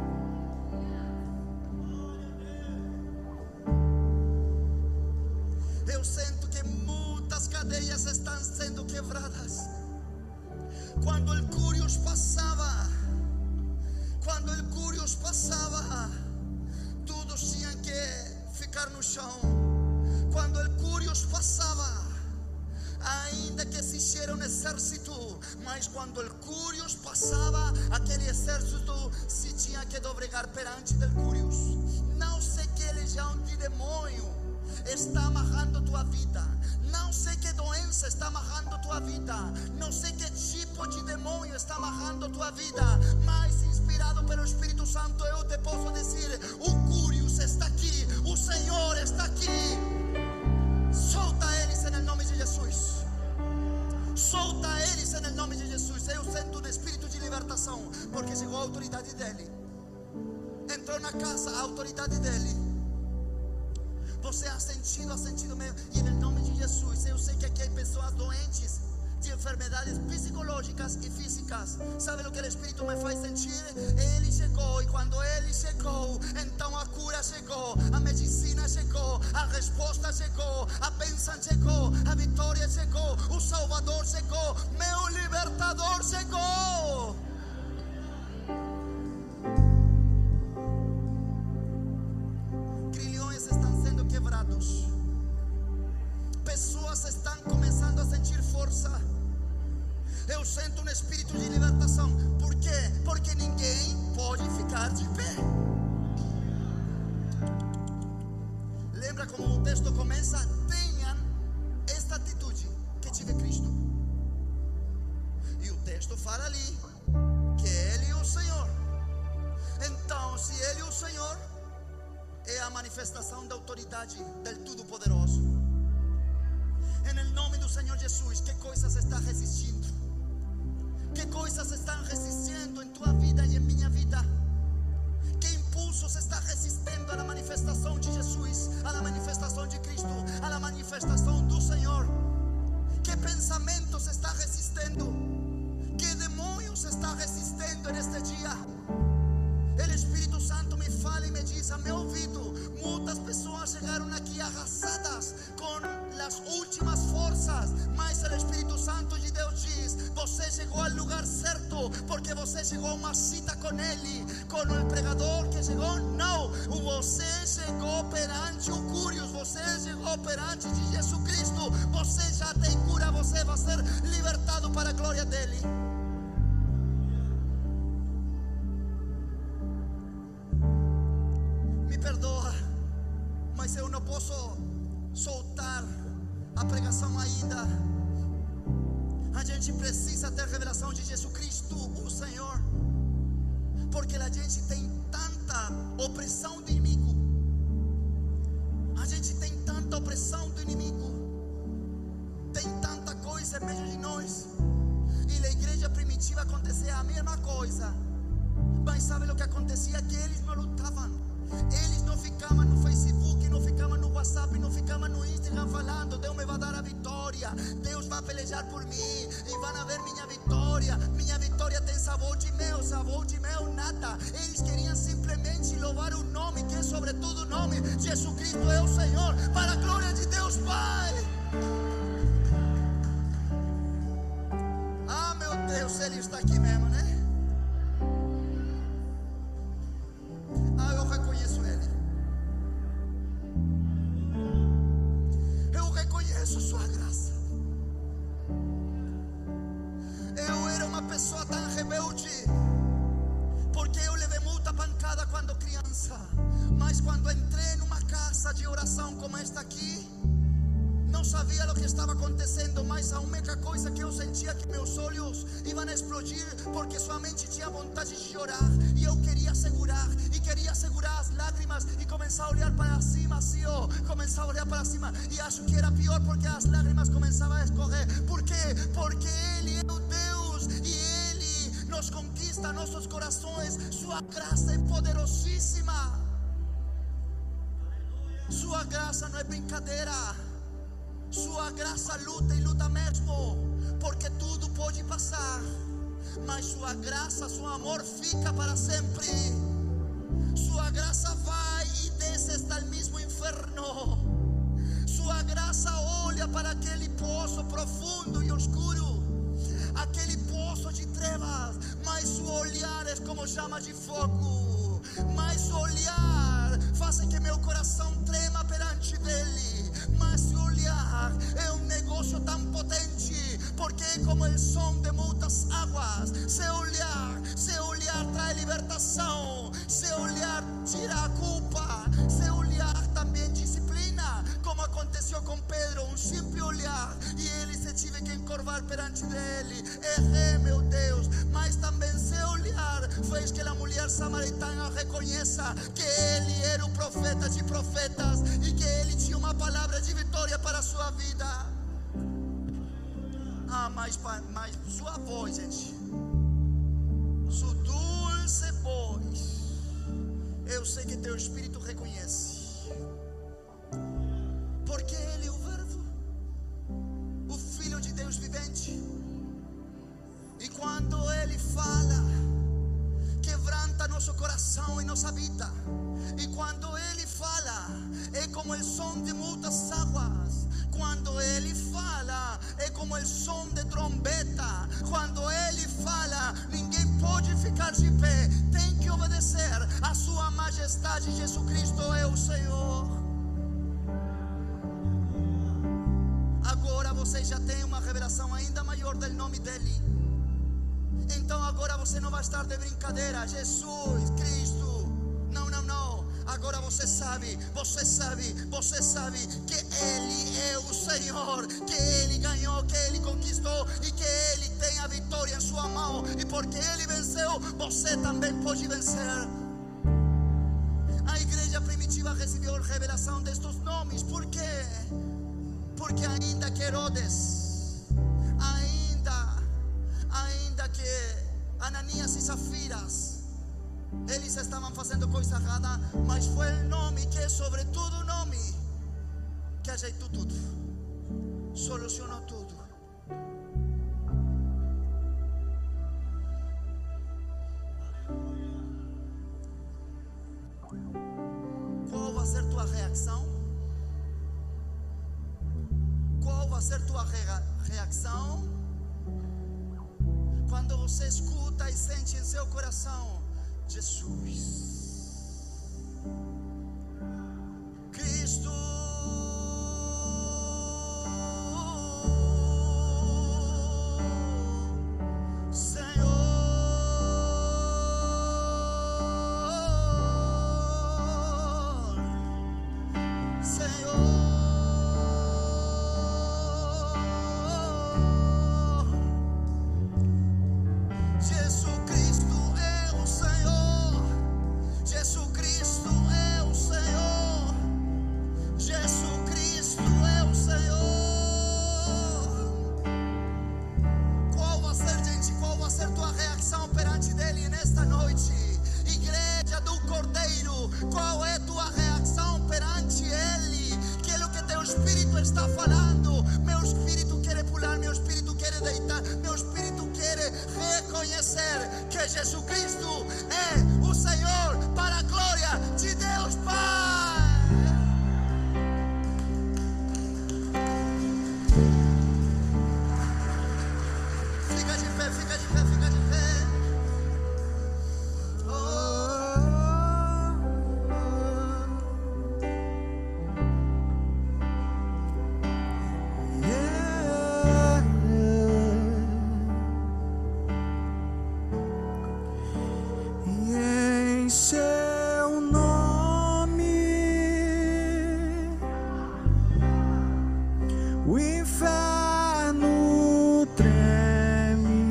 Eu sinto que muitas cadeias estão sendo quebradas. Quando o Curios passava, quando o Curios passava, todos tinham que ficar no chão. Quando o Curios passava, ainda que existiera um exército, mas quando o Curios passava, aquele exército se tinha que dobregar perante del Curios. Não sei que legião de demônio está amarrando tua vida, não sei que doença está amarrando tua vida, não sei que tipo de demônio está amarrando tua vida, mas inspirado pelo Espírito Santo eu te posso dizer: o Curios está aqui, o Senhor está aqui. Solta eles em nome de Jesus, solta eles em nome de Jesus. Eu sinto um espírito de libertação, porque chegou a autoridade dele, entrou na casa, a autoridade dele. Você ha sentido, ha sentido mesmo. E em nome de Jesus, eu sei que aqui há pessoas doentes de enfermidades psicológicas e físicas. Sabe o que o Espírito me faz sentir? Ele chegou, e quando ele chegou, então a cura chegou, a medicina chegou, a resposta chegou, a bênção chegou, a vitória chegou, o Salvador chegou, meu libertador chegou. Pessoas estão começando a sentir força. Eu sinto um espírito de libertação. Por quê? Porque ninguém pode ficar de pé. Lembra como o texto começa? Tenham esta atitude que tive Cristo. E o texto fala ali que Ele é o Senhor. Então, se Ele é o Senhor, é a manifestação da autoridade do Todo-Poderoso. Em nome do Senhor Jesus, que coisas está resistindo? Que coisas estão resistindo em tua vida e em minha vida? Que impulsos está resistindo à manifestação de Jesus, à manifestação de Cristo, à manifestação do Senhor? Que pensamentos está resistindo? Que demônios está resistindo neste dia? O Espírito Santo me fala e me diz a meu ouvido: muitas pessoas chegaram aqui arrasadas com as últimas forças, mas o Espírito Santo de Deus diz: você chegou ao lugar certo, porque você chegou a uma cita com Ele, com o pregador que chegou. Não, você chegou perante o Curios, você chegou perante de Jesus Cristo, você já tem cura, você vai ser libertado para a glória dEle. Perdoa, mas eu não posso soltar a pregação ainda. A gente precisa ter revelação de Jesus Cristo, o Senhor, porque a gente tem tanta opressão do inimigo. A gente tem tanta opressão do inimigo. Tem tanta coisa em meio de nós. E na igreja primitiva acontecia a mesma coisa. Mas sabe o que acontecia? Que eles não lutavam. Eles não ficavam no Facebook, não ficavam no WhatsApp, não ficavam no Instagram falando: Deus me vai dar a vitória, Deus vai pelejar por mim e vão ver minha vitória. Minha vitória tem sabor de mel, sabor de mel nada. Eles queriam simplesmente louvar o nome que é sobre todo nome. Jesus Cristo é o Senhor, para a glória de Deus Pai. Ah, meu Deus, Ele está aqui mesmo, né? Ah, eu reconheço Ele. Eu reconheço Sua graça. Eu era uma pessoa tão rebelde, porque eu levei muita pancada quando criança. Mas quando entrei numa casa de oração como esta aqui, não sabia o que estava acontecendo, mas a única coisa que eu sentia que meus olhos iam explodir, porque sua mente tinha vontade de chorar, e eu queria segurar, e queria segurar as lágrimas, e começar a olhar para cima, assim, ó, começar a olhar para cima, e acho que era pior, porque as lágrimas começavam a escorrer. Por quê? Porque Ele é o Deus, e Ele nos conquista nossos corações. Sua graça é poderosíssima. Sua graça não é brincadeira. Sua graça luta e luta mesmo, porque tudo pode passar, mas sua graça, seu amor fica para sempre. Sua graça vai e desce hasta o mesmo inferno. Sua graça olha para aquele poço profundo e escuro, aquele poço de trevas, mas seu olhar é como chama de fogo. Mas seu olhar faz que meu coração trema perante dele. Mas seu olhar é um negócio tão potente, porque é como o som de muitas águas. Seu olhar, seu olhar traz libertação. Seu olhar tira a culpa. Seu olhar também disciplina, como aconteceu com Pedro, um simples olhar, e ele se tive que encurvar perante dele. Errei, meu Deus, mas também seu olhar fez que a mulher samaritana reconheça que ele era o profeta de profetas e que ele tinha uma palavra de vitória para a sua vida. Ah, mas, mas sua voz, gente, sua dulce voz, eu sei que teu espírito reconhece, porque Ele é o Verbo, o Filho de Deus vivente. E quando Ele fala, quebranta nosso coração e nos habita. E quando Ele fala, é como o som de muitas águas. Quando Ele fala, é como o som de trombeta. Quando Ele fala, ninguém pode ficar de pé, tem que obedecer. A sua majestade, Jesus Cristo é o Senhor. Agora você já tem uma revelação ainda maior do nome dEle. Então agora você não vai estar de brincadeira. Jesus Cristo, não, não, não. Agora você sabe, você sabe, você sabe que Ele é o Senhor, que Ele ganhou, que Ele conquistou e que Ele tem a vitória em sua mão. E porque Ele venceu, você também pode vencer. A igreja primitiva recebeu a revelação destes nomes. Por quê? Porque ainda que Herodes, ainda, ainda que Ananias e Safiras, eles estavam fazendo coisa errada, mas foi o nome que é sobre todo o nome que ajeitou tudo, solucionou tudo. Qual vai ser tua reação? Qual vai ser tua reação quando você escuta e sente em seu coração: Jesus Cristo, Senhor, Senhor, Jesus Cristo é o Senhor. Jesus Cristo é o Senhor. Jesus Cristo é o Senhor. Qual vai ser, gente? Qual vai ser tua reação perante dele nesta noite? Igreja do Cordeiro, qual é tua reação perante ele? Que é o que teu espírito está falando? Meu espírito quer pular, meu espírito quer deitar, meu espírito quer reconhecer que Jesus Cristo é o Senhor, para a glória de Deus Pai. Fica de pé, fica de pé, fica de pé. Seu nome o inferno treme,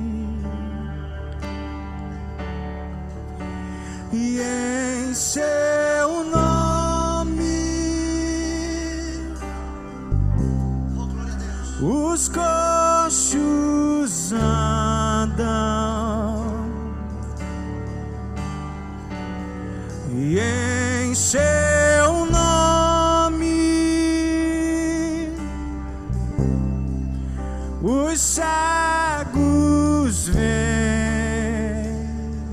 e em seu nome os coxos andam, e em seu nome os cegos veem,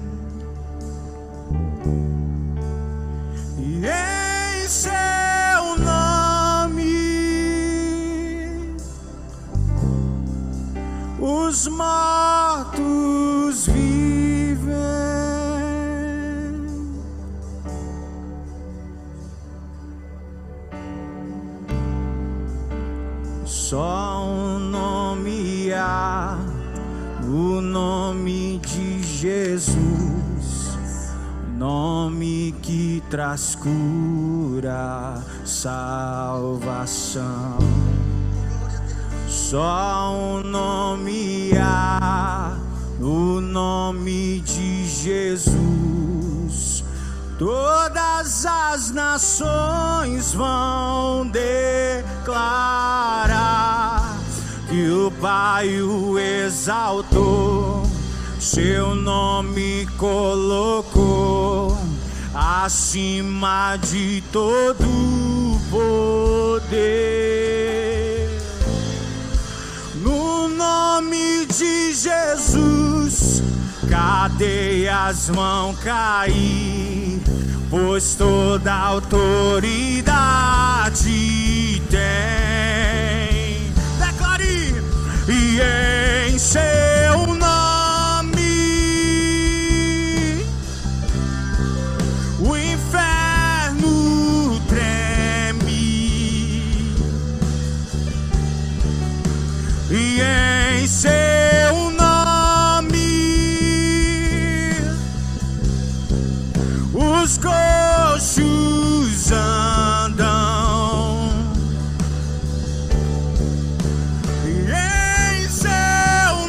e em seu nome os mortos vivem. Só um nome há, o nome de Jesus, nome que traz cura, salvação. Só um nome há, o nome de Jesus, todas as nações vão declarar que o Pai o exaltou, seu nome colocou acima de todo poder. No nome de Jesus, cadeias vão cair, pois toda autoridade tem. Declare, e em seu nome o inferno treme, e em seu nome os coxos andam, e em seu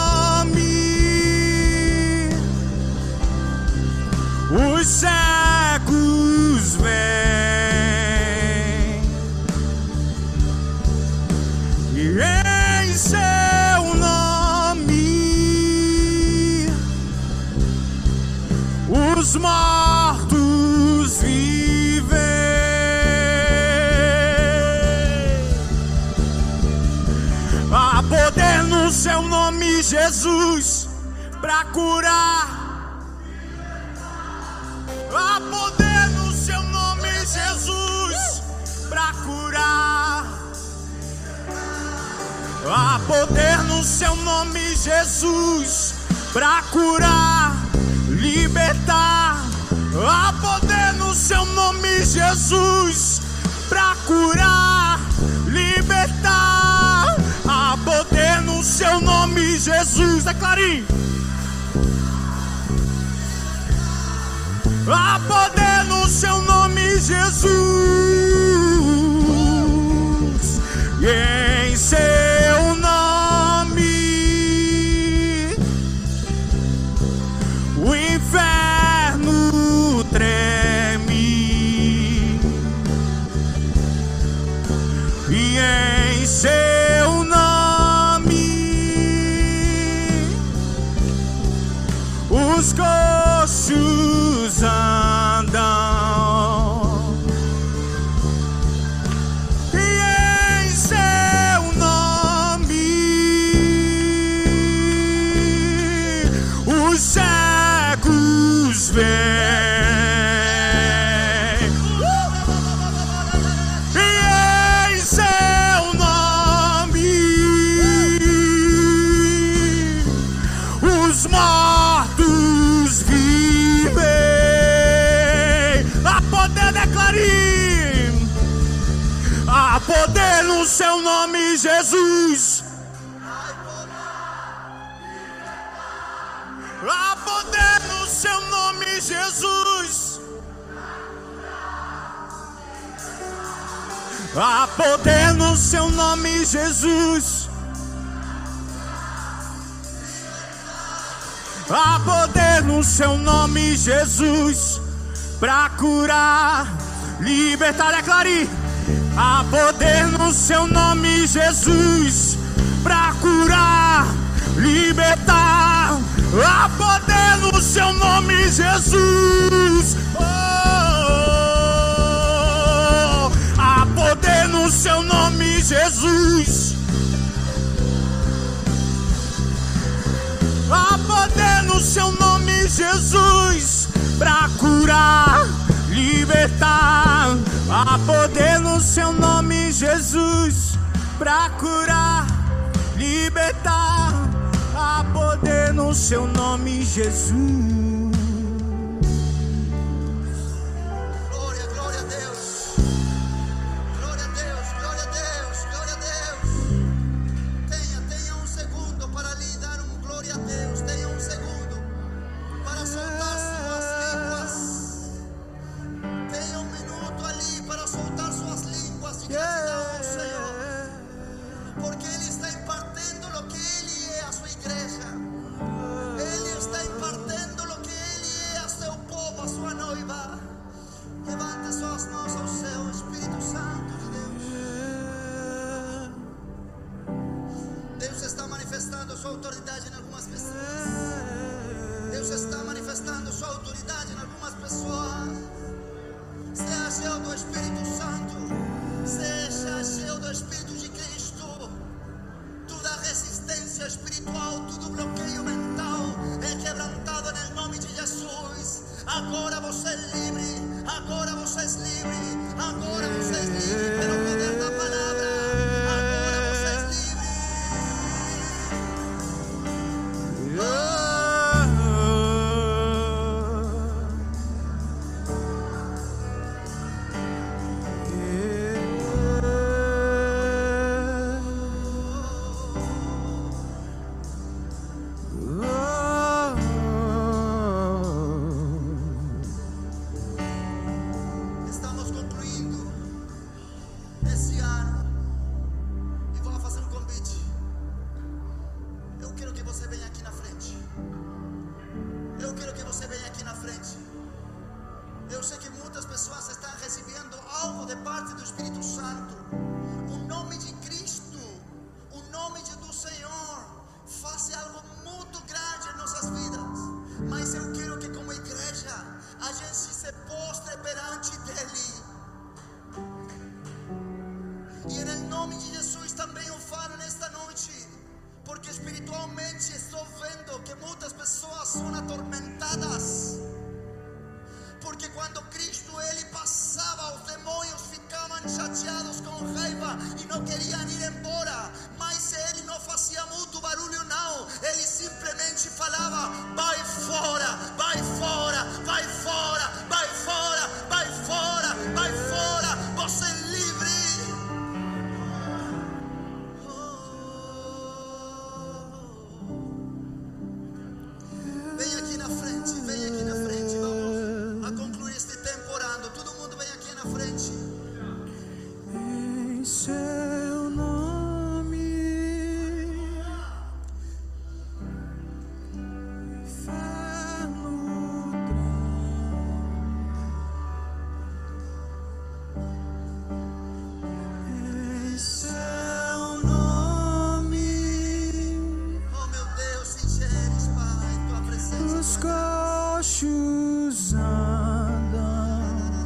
nome os cegos veem, e em seu nome os mortos vivem. Há poder no seu nome, Jesus, pra curar. Há poder no seu nome, Jesus, pra curar. Há poder no seu nome, Jesus, pra curar, libertar. Há poder no seu nome, Jesus, pra curar, libertar. Há poder no seu nome, Jesus. Declare. Há poder no seu nome, Jesus, e em seu nome o inferno treme, e em seu nome os coxos andam, e em seu nome os cegos veem, e em seu nome os mortos vivem. Há poder, declare. Há poder no seu nome, Jesus. Há poder no seu nome, Jesus. Há poder no seu nome, Jesus. Há poder no seu nome, Jesus, pra curar, libertar. Declare. Há poder no seu nome, Jesus, pra curar, libertar. Há poder no seu nome, Jesus. Oh, há poder no seu nome, Jesus. Há poder no seu nome, Jesus, pra curar, libertar. Há poder no seu nome, Jesus, pra curar, libertar. Há poder no seu nome, Jesus. Glória, glória a Deus. Glória a Deus, glória a Deus, glória a Deus. Tenha, tenha um segundo para lhe dar um glória a Deus. Tenha um segundo para soltar suas línguas. Tenha um minuto ali para soltar suas línguas de gratidão ao Senhor. Porque Ele está impartindo o que Ele é à sua igreja. Ele está impartindo o que Ele é a seu povo, a sua noiva. Levante suas mãos ao céu, Espírito Santo de Deus. Deus está manifestando sua autoridade em algumas pessoas. Deus está manifestando sua autoridade em algumas pessoas. Seja cheio do Espírito Santo. Seja cheio do Espírito de Cristo. Toda resistência espiritual, todo bloqueio mental é quebrantado em nome de Jesus. Agora você é livre. Agora você é livre. Agora você é livre pelo poder da palavra. Agora você é livre. Estamos concluindo esse ano e vou fazer um convite. Eu quero que você venha aqui na frente. Eu quero que você venha aqui na frente. Eu sei que muitas pessoas estão recebendo algo de parte do Espírito Santo. O nome de Cristo, o nome de, do Senhor, faz algo muito grande em nossas vidas. Mas eu quero que, como igreja, a gente se postre perante dele. E em nome de Jesus também eu falo nesta noite, porque espiritualmente estou vendo que muitas pessoas são atormentadas. Porque quando Cristo ele passava, os demônios ficavam chateados com raiva e não queriam ir embora. Mas ele não fazia muito barulho não. Ele simplesmente falava: vai fora, vai fora, vai fora, vai fora, vai fora, vai fora. Você é livre. Vem aqui na frente, vem aqui na frente. Vamos a concluir este tempo orando. Todo mundo vem aqui na frente. Em seu nome, fé no trono. Em seu nome, Oh meu Deus, singeres, Pai, tua presença. os coxos andam.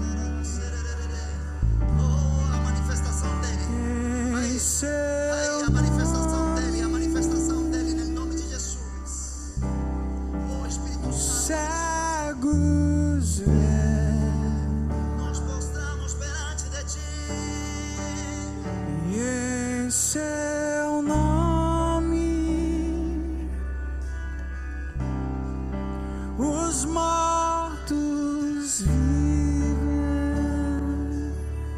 Oh, a manifestação dele. Em Aí, seu a manifestação dele, a manifestação dele, em nome de Jesus. Oh Espírito Santo, cegos vêm. nós postramos perante de ti. E em seu nome, os mortos vivem.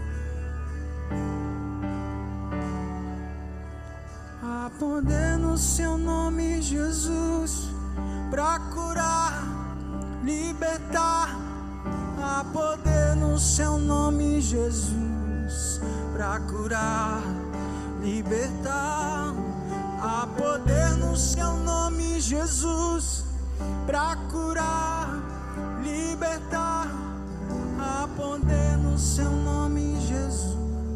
Há poder no seu nome, Jesus, pra curar, libertar. Há poder no seu nome, Jesus, pra curar, libertar. Há poder no seu nome, Jesus, pra curar, libertar. Há poder no seu nome, Jesus.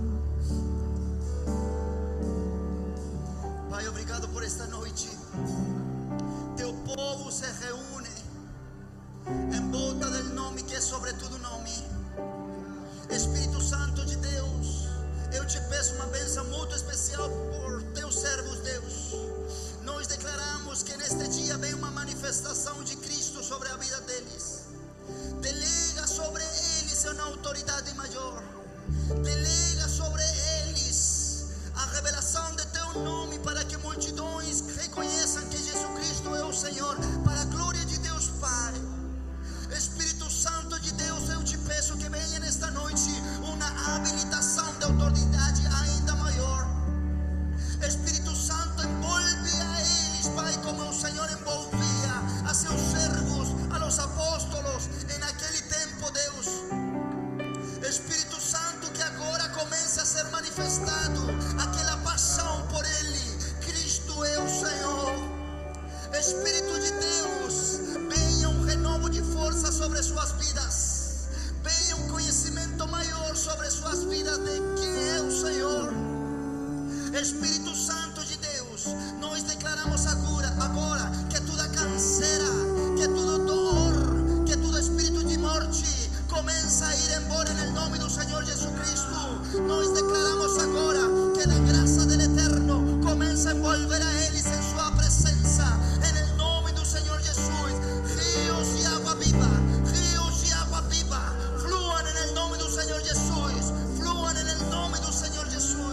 Pai, obrigado por esta noite. Teu povo se reúne em volta do nome que é sobre todo nome. Espírito Santo de Deus, eu te peço uma bênção muito especial por teus servos, Deus. Nós declaramos que neste dia vem uma manifestação de Cristo sobre a vida deles. Delega sobre eles uma autoridade maior. Delega sobre eles a revelação de teu nome, para que multidões reconheçam que Jesus Cristo é o Senhor, para a glória de Deus Pai. Espírito Santo de Deus, eu te peço que venha nesta noite uma habilitação de autoridade ainda maior. Espírito Santo, envolve a eles, Pai, como o Senhor envolvia a seus servos, a los apóstolos em aquele tempo, Deus. Espírito Santo, que agora comece a ser manifestado aquela paixão por Ele. Cristo é o Senhor. Espírito de Deus, venha um renovo de força sobre suas vidas. Venha um conhecimento maior sobre suas vidas de quem é o Senhor. Espírito Santo de Deus, nós declaramos agora, agora que toda canseira, que todo dor, que todo espírito de morte começa a ir embora em nome do Senhor Jesus Cristo. Nós declaramos agora que a graça do Eterno começa a envolver a eles em sua presença, em nome do Senhor Jesus. Rios de água viva, rios de água viva, fluam em nome do Senhor Jesus, fluam em nome do Senhor Jesus.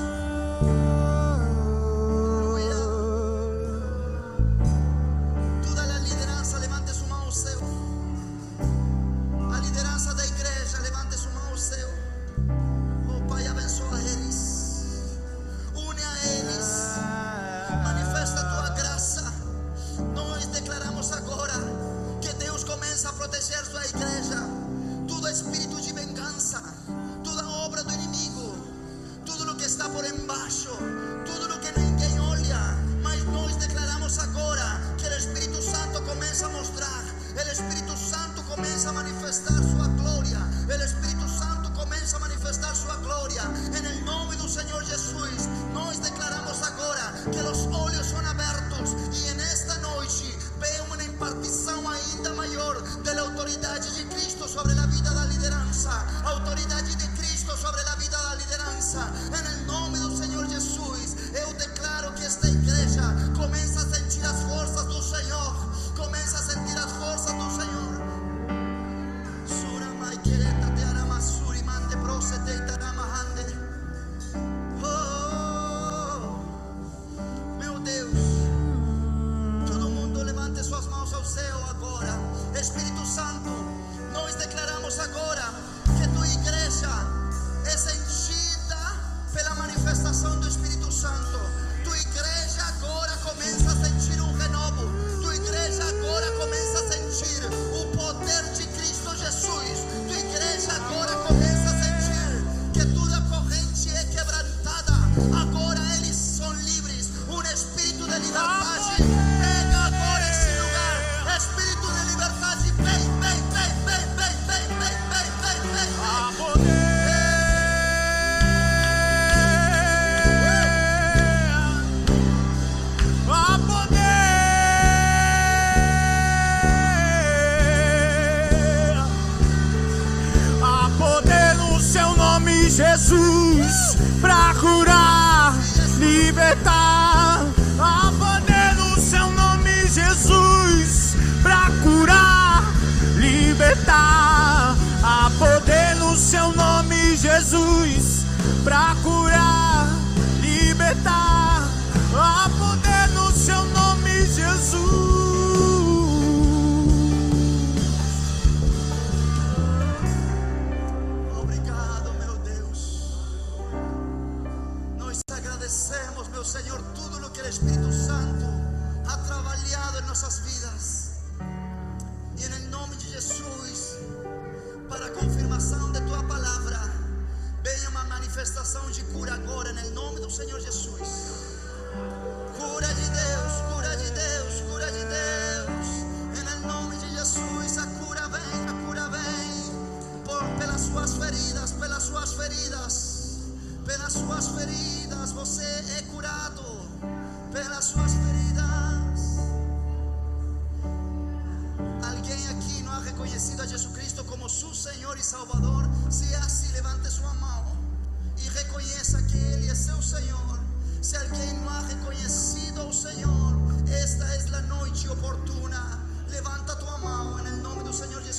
Jesus, pra curar, libertar. Há poder no seu nome, Jesus, pra curar, libertar. Há poder no seu nome, Jesus, pra curar, libertar. Há poder no seu nome, Jesus. Meu Senhor, tudo o que o Espírito Santo ha trabalhado em nossas vidas, e em nome de Jesus, para a confirmação de tua palavra, venha uma manifestação manifestação de cura agora, em nome do Senhor Jesus. Cura de Deus, cura de Deus, cura de Deus. Em nome de Jesus, a cura vem, a cura vem. Por, pelas suas feridas, pelas suas feridas, pelas suas feridas, você é curado. Pelas suas feridas. Alguém aqui não ha reconhecido a Jesus Cristo como seu Senhor e Salvador? Se é assim, levante sua mão e reconheça que Ele é seu Senhor. Se alguém não ha reconhecido o Senhor, esta é a noite oportuna. Levanta tua mão em nome do Senhor Jesus.